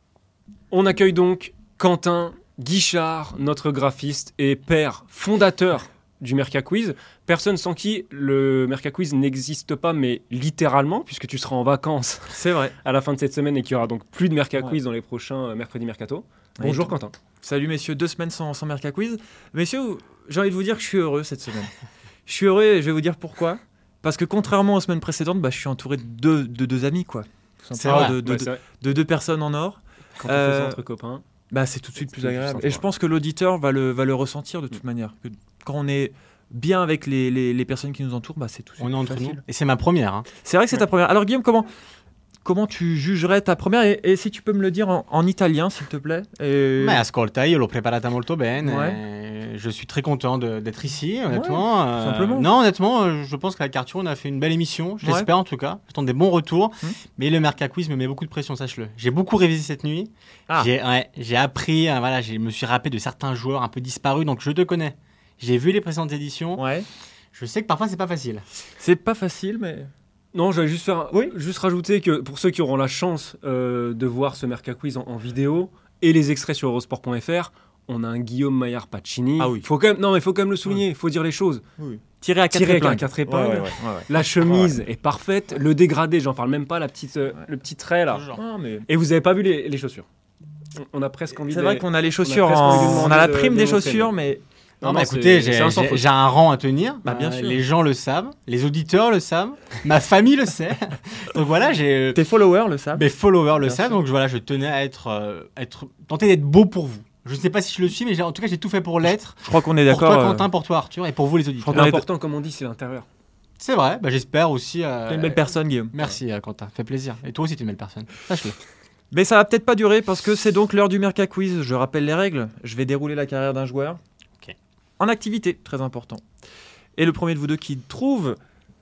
On accueille donc Quentin Guichard, notre graphiste et père fondateur du Merca Quiz. Personne sans qui le Merca Quiz n'existe pas, mais littéralement, puisque tu seras en vacances C'est vrai. à la fin de cette semaine et qu'il y aura donc plus de Merca Ouais. Quiz dans les prochains euh, mercredis Mercato. Bonjour Et- Quentin. Salut messieurs, deux semaines sans, sans Merca Quiz. Messieurs, j'ai envie de vous dire que je suis heureux cette semaine. Je suis heureux et je vais vous dire pourquoi. Parce que contrairement aux semaines précédentes, bah, je suis entouré de deux, de deux amis, quoi. Tout C'est simplement, vrai. de, de, Ouais, de- c'est vrai. de deux personnes en or. Quand on fait ça Euh, entre copains. Bah, c'est tout de suite C'est plus plus agréable. sympa. Et je pense que l'auditeur va le, va le ressentir de toute manière. Que quand on est bien avec les, les, les personnes qui nous entourent, bah, c'est tout de suite On est plus entre facile. nous. Et c'est ma première. Hein. C'est vrai que c'est ta première. Alors Guillaume, comment, comment tu jugerais ta première et, et si tu peux me le dire en, en italien, s'il te plaît. Et... Mais ascolta, io l'ho preparata molto bene. Ouais. Euh, Je suis très content de- d'être ici, honnêtement. tout simplement. Non, honnêtement, euh, je pense qu'avec Arthur, on a fait une belle émission. Je Ouais. l'espère en tout cas. J'attends des bons retours. Hmm. Mais le Merca Quiz me met beaucoup de pression, sache-le. J'ai beaucoup révisé cette nuit. Ah. J'ai ouais, j'ai appris, euh, voilà, je me suis rappelé de certains joueurs un peu disparus. Donc je te connais. J'ai vu les précédentes éditions. Ouais. Je sais que parfois, c'est pas facile. C'est pas facile, mais. Non, j'allais juste faire, Oui. juste rajouter que pour ceux qui auront la chance euh, de voir ce Merca Quiz en, en vidéo et les extraits sur eurosport point f r, on a un Guillaume Maillard Pacini. Ah oui. Faut quand même, non mais faut quand même le souligner, il faut dire les choses. Tiré à quatre Tiré avec épingles. un quatre épingles. Ouais, ouais, ouais, ouais, ouais. La chemise est parfaite, le dégradé, j'en parle même pas, la petite, euh, le petit trait là. Ah, mais... Et vous avez pas vu les, les chaussures. On- On a presque envie. C'est de- vrai qu'on a les chaussures, presque envie de lui en... on demander a la de- prime de des montrer, chaussures, mais- mais Non, Non, bah c'est- écoutez, c'est j'ai un sans j'ai- faute. j'ai un rang à tenir. Bah, bien Euh, sûr. Les gens le savent, les auditeurs le savent, ma famille le sait. Donc voilà, j'ai tes followers le savent. mes followers le Bien savent. sûr. Donc voilà, je tenais à être, euh, être tenter d'être beau pour vous. Je ne sais pas si je le suis, mais j'ai- en tout cas, j'ai tout fait pour l'être. Je crois qu'on est Pour d'accord. toi, euh, Quentin, pour toi, Arthur, et pour vous, les auditeurs. crois qu'on est- L'important, comme on dit, c'est l'intérieur. C'est vrai. Bah, j'espère aussi. euh, T'es une belle personne, Guillaume. Merci, euh, Quentin. Fait plaisir. Et toi aussi, t'es une belle personne. Sache-le. Mais ça va peut-être pas durer parce que c'est donc l'heure du Merca Quiz. Je rappelle les règles. Je vais dérouler la carrière d'un joueur. Ok. En activité, très important. Et le premier de vous deux qui trouve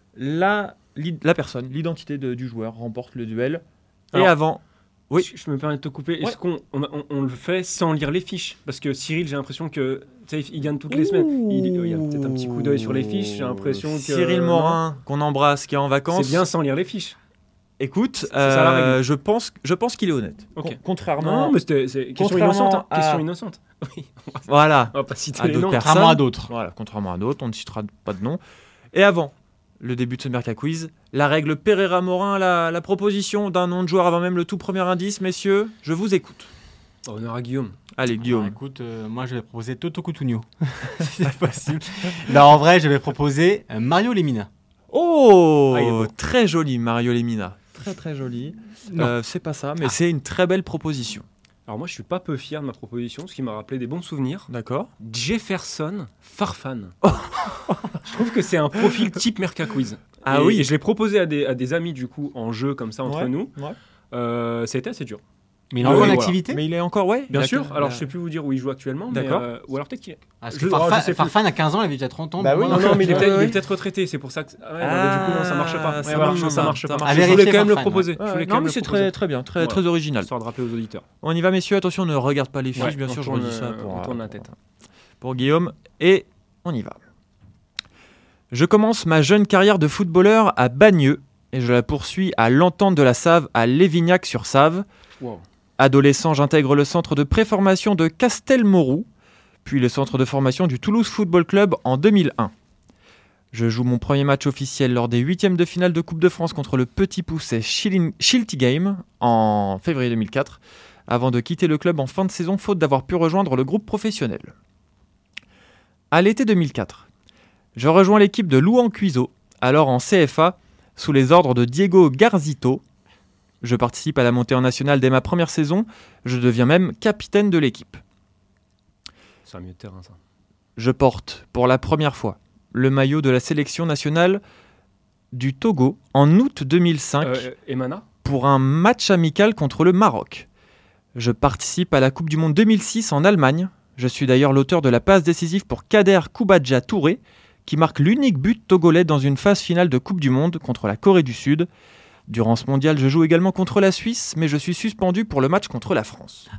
la, l'id- la personne, l'identité de- du joueur, remporte le duel. Alors, Et avant. Oui. Je, je me permets de te couper. Ouais. Est-ce qu'on on, on- on le fait sans lire les fiches? Parce que Cyril, j'ai l'impression que tu sais, il gagne toutes les semaines. Il, il y a peut-être un petit coup d'œil sur les fiches. J'ai l'impression que Cyril non. Morin, qu'on embrasse, qui est en vacances. C'est bien sans lire les fiches. Écoute, C'est ça la euh, règle. je pense, je pense qu'il est honnête. Ok. Con- contrairement. Non, mais c'était c'est question Contrairement innocente. hein. à- Question innocente. Oui. Voilà. On va pas citer À les d'autres noms. personnes. Contrairement à d'autres. Voilà, contrairement à d'autres, on ne citera pas de nom. Et avant le début de ce Merca Quiz, la règle Pereira Morin, la, la proposition d'un nom de joueur avant même le tout premier indice, messieurs, je vous écoute. Honneur à Guillaume. Allez, Alors, Guillaume. écoute, euh, moi, je vais proposer Toto Cutugno. si c'est possible. Non, en vrai, je vais proposer euh, Mario Lemina. Oh, Ah, il est beau. très joli, Mario Lemina. Très très joli. Non. Euh, c'est pas ça, mais Ah. c'est une très belle proposition. Alors moi, je suis pas peu fier de ma proposition, ce qui m'a rappelé des bons souvenirs. D'accord. Jefferson Farfan. Je trouve que c'est un profil type Merca Quiz. Ah Et- oui. Et je l'ai proposé à des, à des amis du coup en jeu comme ça entre Ouais, nous. ouais. Euh, C'était assez dur. Mais il est Ah encore oui, en voilà. activité. Mais il est encore, ouais. Bien il a- sûr. Alors il a- je sais plus vous dire où il joue actuellement. mais, D'accord. euh, ou alors peut-être qu'il est. Parce Je- que oh, Farfan, je sais plus. Farfan a quinze ans, il avait déjà trente ans. Bah Bon, oui, moi, Non, non, mais il est Ouais, peut-être ouais. il est peut-être retraité. C'est pour ça que. Ah ouais, Ah, non, mais du coup, non, ça marche pas. ça Ouais, voilà, marche non, ça pas, marche ça pas. marche pas. Je voulais Vérifier quand même le Farfan, proposer. Ouais, Je voulais quand non, même mais le c'est proposer. très, très bien, très, Voilà. très original. Histoire de rappeler aux auditeurs. On y va, messieurs. Attention, ne regarde pas les fiches, Ouais, bien on sûr, je tourne, redis ça euh, pour, on tourne euh, la tête. pour Guillaume. Et on y va. Je commence ma jeune carrière de footballeur à Bagneux et je la poursuis à l'Entente de la Save à Lévignac-sur-Save. Wow. Adolescent, j'intègre le centre de préformation de Castelmauroux, puis le centre de formation du Toulouse Football Club en deux mille un. Je joue mon premier match officiel lors des huitièmes de finale de Coupe de France contre le Petit Pousset Schiltigheim en février deux mille quatre, avant de quitter le club en fin de saison faute d'avoir pu rejoindre le groupe professionnel. À l'été deux mille quatre, je rejoins l'équipe de Louan Cuiseau, alors en C F A, sous les ordres de Diego Garzito. Je participe à la montée en nationale dès ma première saison, je deviens même capitaine de l'équipe. C'est un milieu de terrain ça. Je porte, pour la première fois, le maillot de la sélection nationale du Togo en août deux mille cinq Euh, Emana. pour un match amical contre le Maroc. Je participe à la Coupe du Monde deux mille six en Allemagne. Je suis d'ailleurs l'auteur de la passe décisive pour Kader Koubadja Touré, qui marque l'unique but togolais dans une phase finale de Coupe du Monde contre la Corée du Sud. Durant ce mondial, je joue également contre la Suisse, mais je suis suspendu pour le match contre la France.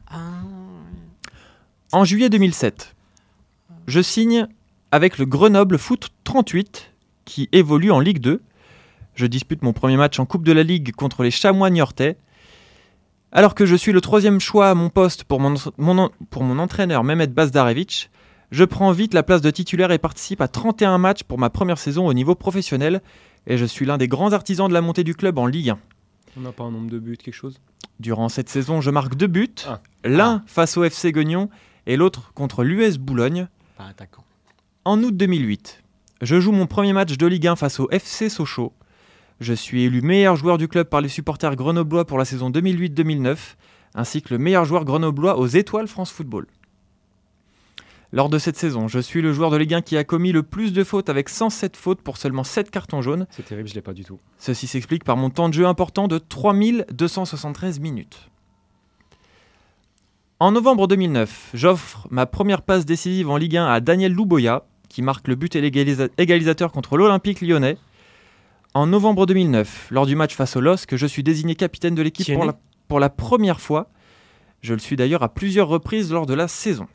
En juillet deux mille sept, je signe avec le Grenoble Foot trente-huit, qui évolue en Ligue deux. Je dispute mon premier match en Coupe de la Ligue contre les Chamois niortais. Alors que je suis le troisième choix à mon poste pour mon, mon, pour mon entraîneur Mehmet Bazdarevic, je prends vite la place de titulaire et participe à trente et un matchs pour ma première saison au niveau professionnel et je suis l'un des grands artisans de la montée du club en Ligue un. On n'a pas un nombre de buts, quelque chose ? Durant cette saison, je marque deux buts, ah. l'un ah. face au F C Guignon et l'autre contre l'U S Boulogne. Pas attaquant. En août deux mille huit, je joue mon premier match de Ligue un face au F C Sochaux. Je suis élu meilleur joueur du club par les supporters grenoblois pour la saison deux mille huit deux mille neuf, ainsi que le meilleur joueur grenoblois aux Étoiles France Football. Lors de cette saison, je suis le joueur de Ligue un qui a commis le plus de fautes avec cent sept fautes pour seulement sept cartons jaunes. C'est terrible, je l'ai pas du tout. Ceci s'explique par mon temps de jeu important de trois mille deux cent soixante-treize minutes. En novembre deux mille neuf, j'offre ma première passe décisive en Ligue un à Daniel Louboya, qui marque le but et l'égalisa- égalisateur contre l'Olympique lyonnais. En novembre deux mille neuf, lors du match face au L O S C, je suis désigné capitaine de l'équipe pour la, pour la première fois. Je le suis d'ailleurs à plusieurs reprises lors de la saison.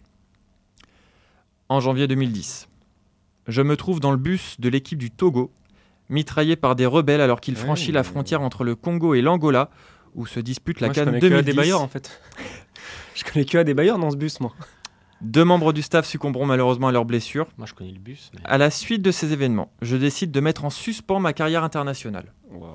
En janvier deux mille dix, je me trouve dans le bus de l'équipe du Togo, mitraillé par des rebelles alors qu'il franchit ouais, la ouais, frontière ouais. entre le Congo et l'Angola, où se dispute la moi, CAN deux mille dix. deux Je connais mille dix. que des bailleurs en fait. Je connais que des bailleurs dans ce bus, moi. Deux membres du staff succomberont malheureusement à leurs blessures. Moi, je connais le bus. Mais... À la suite de ces événements, je décide de mettre en suspens ma carrière internationale. Wow.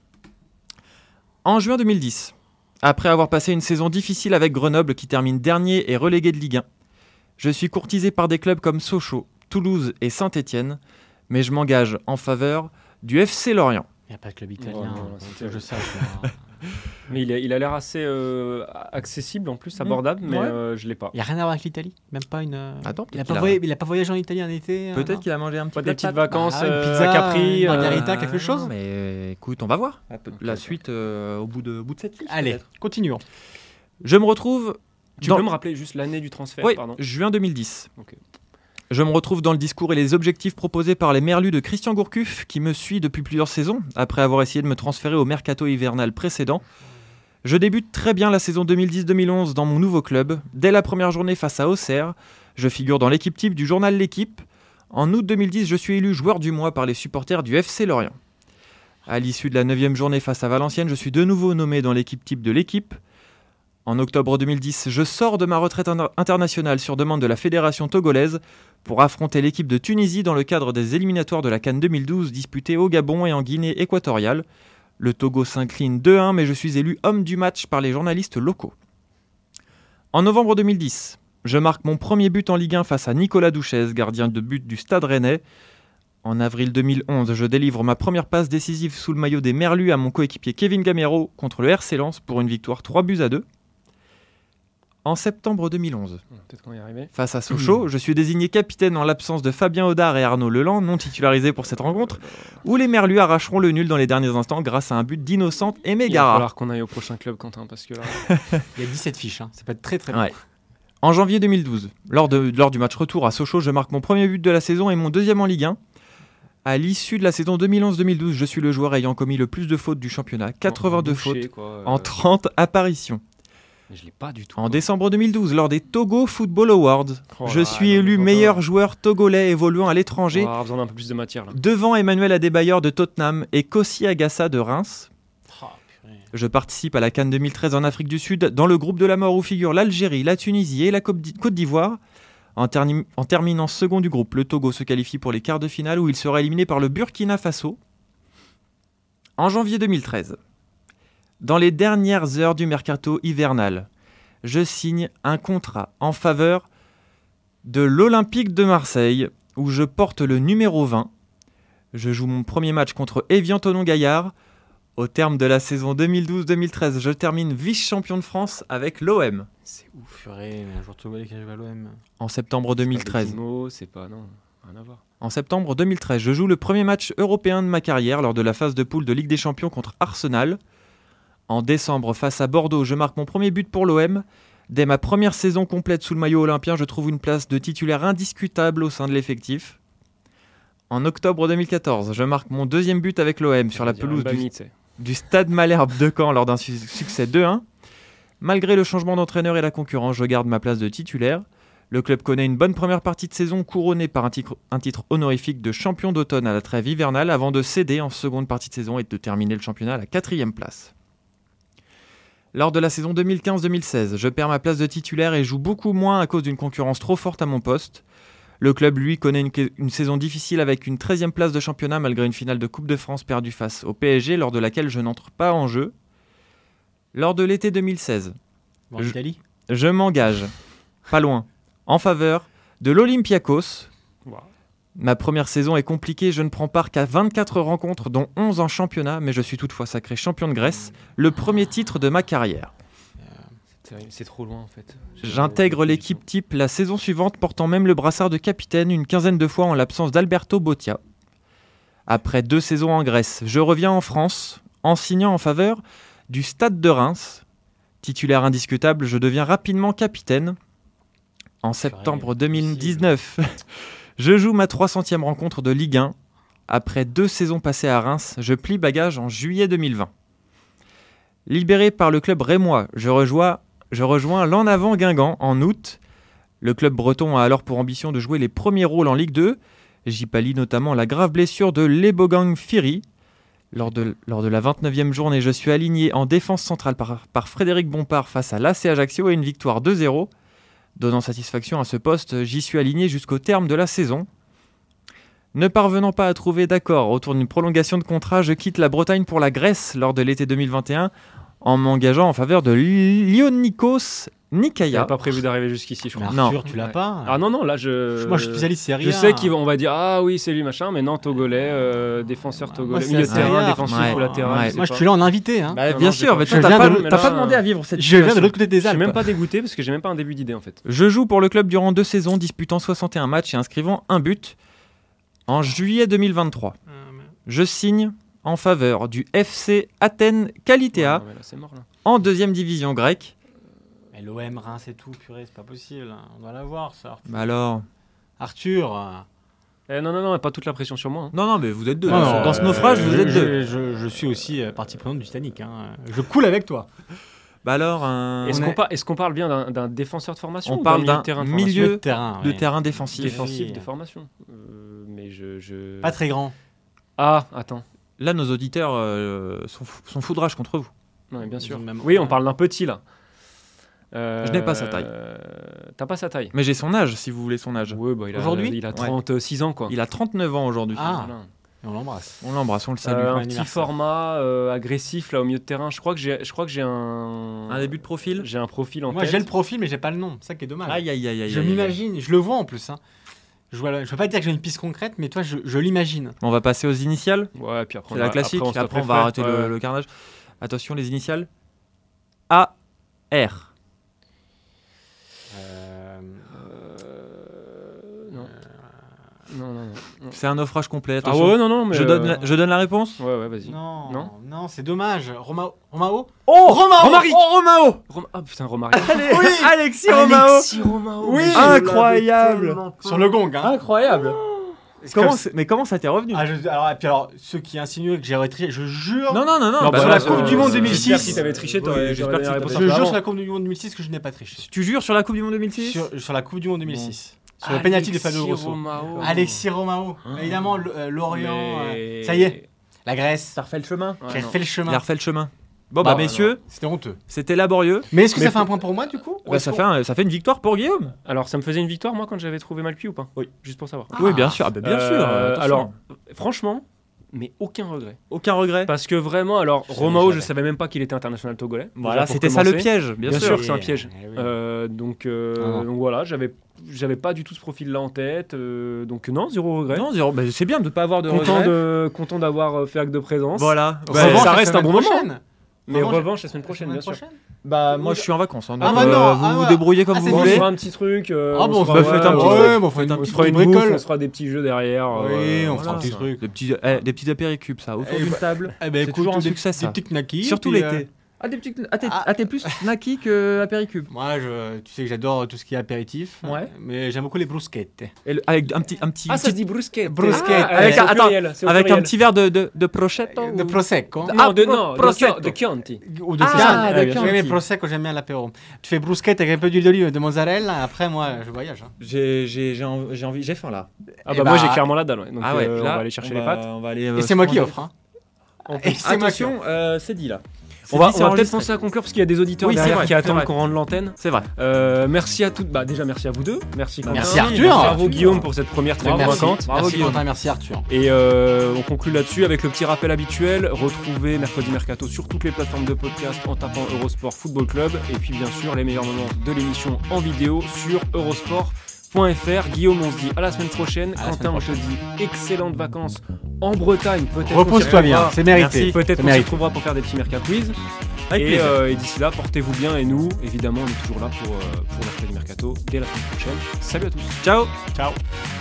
En juin deux mille dix, après avoir passé une saison difficile avec Grenoble qui termine dernier et relégué de Ligue un, je suis courtisé par des clubs comme Sochaux, Toulouse et Saint-Étienne, mais je m'engage en faveur du F C Lorient. Il n'y a pas de club italien, Oh, non, hein, c'est que je sache. Mais il a, il a l'air assez euh, accessible en plus, abordable, Mmh, mais ouais. euh, je l'ai pas. Il n'y a rien à voir avec l'Italie. Même pas une. euh, Attends, il n'a peut-être pas, qu'il a- voyagé- il a pas voyagé en Italie en été. euh, Peut-être non qu'il a mangé un petit Pas plat des de petites pâtes. vacances Bah, une euh, pizza, à Capri. une euh, margarita, quelque chose Mais euh, écoute, on va voir. La, la ok. suite euh, au, bout de, au bout de cette fiche. Allez, peut-être. continuons. Je me retrouve. Tu dans- peux me rappeler juste l'année du transfert, Oui, pardon. juin deux mille dix. Ok. Je me retrouve dans le discours et les objectifs proposés par les merlus de Christian Gourcuff, qui me suit depuis plusieurs saisons, après avoir essayé de me transférer au mercato hivernal précédent. Je débute très bien la saison deux mille dix deux mille onze dans mon nouveau club. Dès la première journée face à Auxerre, je figure dans l'équipe type du journal L'Équipe. En août deux mille dix, je suis élu joueur du mois par les supporters du F C Lorient. À l'issue de la neuvième journée face à Valenciennes, je suis de nouveau nommé dans l'équipe type de L'Équipe. En octobre deux mille dix, je sors de ma retraite inter- internationale sur demande de la fédération togolaise pour affronter l'équipe de Tunisie dans le cadre des éliminatoires de la CAN deux mille douze disputées au Gabon et en Guinée équatoriale. Le Togo s'incline deux un, mais je suis élu homme du match par les journalistes locaux. En novembre deux mille dix, je marque mon premier but en Ligue un face à Nicolas Douchez, gardien de but du Stade Rennais. En avril deux mille onze, je délivre ma première passe décisive sous le maillot des Merlus à mon coéquipier Kevin Gamero contre le R C Lens pour une victoire trois buts à deux. En septembre deux mille onze, Peut-être qu'on y est arrivé. face à Sochaux, je suis désigné capitaine en l'absence de Fabien Audard et Arnaud Leland, non titularisés pour cette rencontre, où les Merlus arracheront le nul dans les derniers instants grâce à un but d'Innocent et Il va Mégara. falloir qu'on aille au prochain club, Quentin, parce que là... Il y a dix-sept fiches. Hein. Ça peut être très très bon. Ouais. En janvier deux mille douze, lors, de, lors du match retour à Sochaux, je marque mon premier but de la saison et mon deuxième en Ligue un. À l'issue de la saison deux mille onze deux mille douze, je suis le joueur ayant commis le plus de fautes du championnat, quatre-vingt-deux Boucher, fautes quoi, euh, en trente apparitions. Mais je l'ai pas du tout. En quoi. décembre deux mille douze, lors des Togo Football Awards, Oh je là, suis non, élu mais meilleur Quentin. joueur togolais évoluant à l'étranger, On va avoir besoin d'un peu plus de matière là. devant Emmanuel Adebayor de Tottenham et Kossi Agassa de Reims. Ah, purée. Je participe à la CAN deux mille treize en Afrique du Sud, dans le groupe de la mort où figurent l'Algérie, la Tunisie et la Côte d'I- Côte d'Ivoire. En, terni- en terminant second du groupe, le Togo se qualifie pour les quarts de finale où il sera éliminé par le Burkina Faso. En janvier deux mille treize, dans les dernières heures du mercato hivernal, je signe un contrat en faveur de l'Olympique de Marseille où je porte le numéro vingt. Je joue mon premier match contre Evian Tonon-Gaillard. Au terme de la saison deux mille douze deux mille treize, je termine vice-champion de France avec l'O M. C'est ouf, purée, mais un joueur togolais qui arrive à l'O M. En septembre deux mille treize. C'est pas des Timo, c'est pas... Non, rien à voir. En septembre deux mille treize, je joue le premier match européen de ma carrière lors de la phase de poule de Ligue des Champions contre Arsenal. En décembre, face à Bordeaux, je marque mon premier but pour l'O M. Dès ma première saison complète sous le maillot olympien, je trouve une place de titulaire indiscutable au sein de l'effectif. En octobre deux mille quatorze, je marque mon deuxième but avec l'O M sur la On dirait pelouse un du, Bami, tu sais. du Stade Malherbe de Caen lors d'un su- succès deux un. Malgré le changement d'entraîneur et la concurrence, je garde ma place de titulaire. Le club connaît une bonne première partie de saison couronnée par un titre, un titre honorifique de champion d'automne à la trêve hivernale avant de céder en seconde partie de saison et de terminer le championnat à la quatrième place. Lors de la saison deux mille quinze deux mille seize, je perds ma place de titulaire et joue beaucoup moins à cause d'une concurrence trop forte à mon poste. Le club, lui, connaît une, une saison difficile avec une treizième place de championnat malgré une finale de Coupe de France perdue face au P S G lors de laquelle je n'entre pas en jeu. Lors de l'été deux mille seize, En je, Italie je m'engage, pas loin, en faveur de l'Olympiakos. Wow. Ma première saison est compliquée, je ne prends part qu'à vingt-quatre rencontres, dont onze en championnat, mais je suis toutefois sacré champion de Grèce, le premier titre de ma carrière. C'est trop loin en fait. J'intègre l'équipe type la saison suivante, portant même le brassard de capitaine une quinzaine de fois en l'absence d'Alberto Botia. Après deux saisons en Grèce, je reviens en France en signant en faveur du Stade de Reims. Titulaire indiscutable, je deviens rapidement capitaine. En septembre deux mille dix-neuf, je joue ma trois centième rencontre de Ligue un. Après deux saisons passées à Reims, je plie bagage en juillet deux mille vingt. Libéré par le club rémois, je rejoins, je rejoins l'En Avant Guingamp en août. Le club breton a alors pour ambition de jouer les premiers rôles en Ligue deux. J'y pallie notamment la grave blessure de Lebogang Firi. Lors de, lors de la vingt-neuvième journée, je suis aligné en défense centrale par, par Frédéric Bompard face à l'A C Ajaccio et une victoire deux zéro. Donnant satisfaction à ce poste, j'y suis aligné jusqu'au terme de la saison. Ne parvenant pas à trouver d'accord autour d'une prolongation de contrat, je quitte la Bretagne pour la Grèce lors de l'été deux mille vingt et un en m'engageant en faveur de Lionikos Nikaia. J'avais pas prévu d'arriver jusqu'ici, je crois. Mais Arthur, tu l'as Ouais. pas Ah non, non, là je. Moi, je suis spécialiste Serie A. Je sais qu'on va dire ah oui, c'est lui machin, mais non, Togolais, euh, défenseur Togolais, c'est milieu de la terrain, Serie A, défensif ouais. ou latéral. Ouais. je sais Moi, je pas. suis là en invité. Hein. Bah, Non, bien non, sûr, je mais sais toi, pas. t'as Je pas, viens de- t'as pas là, demandé à vivre cette Je viens de situation. l'autre côté des Je suis Alpes. même pas dégoûté parce que j'ai même pas un début d'idée en fait. Je joue pour le club durant deux saisons, disputant soixante et un matchs et inscrivant un but. En juillet deux mille vingt-trois, je signe en faveur du F C Athènes Kalitea Non, mais là, c'est mort là. en deuxième division grecque. Mais l'O M, Reims et tout, purée, c'est pas possible. hein. On doit l'avoir, ça. Bah alors... Arthur. euh, Eh, non, non, non, pas toute la pression sur moi. hein. Non, non, mais vous êtes deux. Non, Dans- non, Dans ce euh, naufrage, vous je- êtes deux. Je, je- je suis aussi euh, partie prenante du Titanic. hein. Je coule avec toi. Bah alors, un... Est-ce on qu'on est- par- est-ce qu'on parle bien d'un- d'un défenseur de formation On ou parle milieu d'un de terrain de milieu formation De terrain. de ouais. terrain défensif. défensif Oui. de formation. Euh, mais je, je... Pas très grand. Ah, attends. Là, nos auditeurs euh, sont, fou- sont foudrage contre vous. Non, mais bien Ils sûr. ont même- Oui, on parle d'un petit là. Euh, Je n'ai pas sa taille. T'as pas sa taille. Mais j'ai son âge, si vous voulez son âge. Ouais, bah, il a, Aujourd'hui il a trente-six ans quoi. Il a trente-neuf ans aujourd'hui. Ah. Voilà. Et on l'embrasse. On l'embrasse, on le salue. Euh, bon un petit anniversaire. format euh, agressif là au milieu de terrain. Je crois que j'ai, je crois que j'ai un. Un début de profil. J'ai un profil en Moi, tête. j'ai le profil, mais j'ai pas le nom. C'est ça qui est dommage. Aïe, aïe, aïe, aïe. je aïe, aïe. m'imagine, je le vois en plus. Hein. Je ne veux pas dire que j'ai une piste concrète, mais toi, je, je l'imagine. On va passer aux initiales. Ouais, puis après. C'est on la va- classique. Après, on, se Après, on préfère. va arrêter Ouais. le, le carnage. Attention, les initiales. A R. Euh, Euh, non. non, non, non. C'est un naufrage complet. Ah Attention. ouais, non, non, mais. je, donne euh, la, je donne la réponse. Ouais, ouais, vas-y. Non, Non non, c'est dommage. Romao, Romao Oh Romao Romari Oh Romao Rom- Ah putain, Romari. Oui Alexis Romao Alexis Romao. Oui. mais je Incroyable. l'avais tellement pas. Sur le gong. Hein. Incroyable. C'est Comment comme- c'est- mais comment ça t'est revenu Ah, je- alors, et puis alors, ceux qui insinuent que j'ai triché, je jure. Non, non, non, non. Non, bah sur voilà, la Coupe euh, du Monde deux mille six. J'espère que si t'avais triché, t'aurais. Oui, t'aurais j'espère donné que la si réponse t'avais- Je avant. jure sur la Coupe du Monde deux mille six que je n'ai pas triché. Tu jures sur la Coupe du Monde deux mille six Sur, sur la Coupe du Monde deux mille six. Sur le penalty de Fabio Alexis Grosso. Romao. Alexis Romao. Évidemment, le- euh, Lorient. Mais- euh, ça y est, la Grèce. T'as refait le chemin Ouais, J'ai non. refait le Il chemin. a refait le chemin. Bon, Bah, bah, messieurs, C'était honteux. c'était laborieux. Mais est-ce que Mais ça fait faut- un point pour moi du coup Ou Bah, est-ce ça, qu'on- fait un- ça fait une victoire pour Guillaume. Alors, ça me faisait une victoire, moi, quand j'avais trouvé Malcuit ou pas Oui. Juste pour savoir. Ah. Oui, bien sûr. Ah, bah, bien Euh, sûr. attention. alors, franchement, mais aucun regret. aucun regret. Parce que vraiment, alors, Je Romao, savais je jamais. savais même pas qu'il était international togolais. Voilà, déjà pour c'était ça le commencer. piège, bien, Bien sûr. sûr que c'est un piège. Eh oui. Euh, donc, euh, Ah non. donc voilà, j'avais, j'avais pas du tout ce profil-là en tête. euh, donc non, zéro regret. Non, zéro- bah, c'est bien de ne pas avoir de content, regret. de, content d'avoir euh, fait acte de présence. Voilà. Bah, Revanche ça la reste un semaine bon moment. prochaine. Mais Revanche- revanche la semaine prochaine, bien sûr. Bah, moi, je suis en vacances. hein, Ah, donc, bah euh, non, vous ah, vous voilà. débrouillez comme Ah, vous c'est Bon, on voulez. se fera un petit truc. euh, Ah on bon, se on fera- se faites un petit ouais, truc. Ouais, bon, on fera une un On petite se fera une bouffe, bricole. on se fera des petits jeux derrière. Oui, euh, on voilà, fera un petit ça. truc. Des petits, eh, des petits apéricubes, ça, autour Eh d'une bah, table. Eh ben, C'est écoute, toujours un des- succès, ça. Des petites knackis. Surtout puis, l'été. euh, Ah, des petites... ah, t'es Ah. ah, t'es plus knacky que apéricube. Moi, je, tu sais que j'adore tout ce qui est apéritif. Ouais. Mais j'aime beaucoup les bruschettes. Et le- avec un petit, un petit, Ah, ça se petit- dit brusquette. Brusquette. Ah, Avec c'est un- au attends, pluriel, c'est au avec un pluriel. petit verre de, de, de prosciutto. De ou- prosecco. Non, Ah, de, pro- non, de prosecco. Chian- de Chianti. Ou de Ah, Chianti. de Oui, Chianti. mais prosecco, j'aime bien l'apéro. Tu fais bruschette avec un peu d'huile d'olive et de mozzarella. Après, moi, je voyage. hein. J'ai j'ai- j'ai envie, j'ai envie, j'ai faim là. Ah Eh bah, bah, moi j'ai clairement la dalle. Ouais. Donc ah ouais, euh, là, on va aller chercher on les va- pâtes. On va aller, euh, Et c'est moi se qui manger. offre. hein. En Et plus. c'est moi qui offre. Attention, euh, c'est dit là. C'est On va, dit, c'est on va peut-être enregistré. penser à conclure parce qu'il y a des auditeurs Oui, c'est derrière vrai, qui c'est attendent vrai. qu'on rende l'antenne. C'est vrai. Euh, merci à toutes. Bah, déjà, merci à vous deux. Merci Quentin. Merci Arthur. Bravo Arthur. Guillaume pour cette première très Bravo, merci. convaincante. Bravo, Merci Guillaume. Quentin, merci Arthur. Et euh, on conclut là-dessus avec le petit rappel habituel. Retrouvez Mercredi Mercato sur toutes les plateformes de podcast en tapant Eurosport Football Club. Et puis bien sûr, les meilleurs moments de l'émission en vidéo sur eurosport point f r. Guillaume, on se dit à la semaine prochaine. À la Quentin, semaine on te dit excellentes vacances en Bretagne. Peut-être qu'on s'y Repose-toi bien, retrouvera. c'est mérité. Merci. Peut-être C'est qu'on s'y mérité. retrouvera pour faire des petits Merca quiz. Avec Et, plaisir. euh, et d'ici là, portez-vous bien. Et nous, évidemment, on est toujours là pour, euh, pour Mercredi Mercato dès la semaine prochaine. Salut à tous. Ciao. Ciao.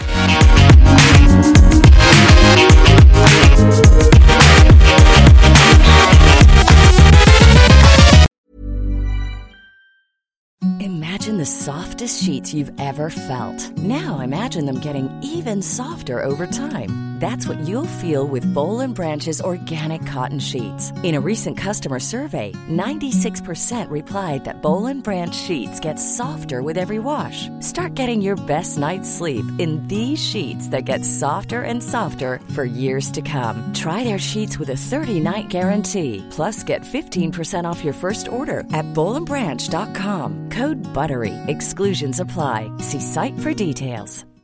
Imagine the softest sheets you've ever felt. Now imagine them getting even softer over time. That's what you'll feel with Bowl and Branch's organic cotton sheets. In a recent customer survey, ninety-six percent replied that Bowl and Branch sheets get softer with every wash. Start getting your best night's sleep in these sheets that get softer and softer for years to come. Try their sheets with a thirty-night guarantee. Plus, get fifteen percent off your first order at bowl and branch dot com. Code BUTTERY. Exclusions apply. See site for details.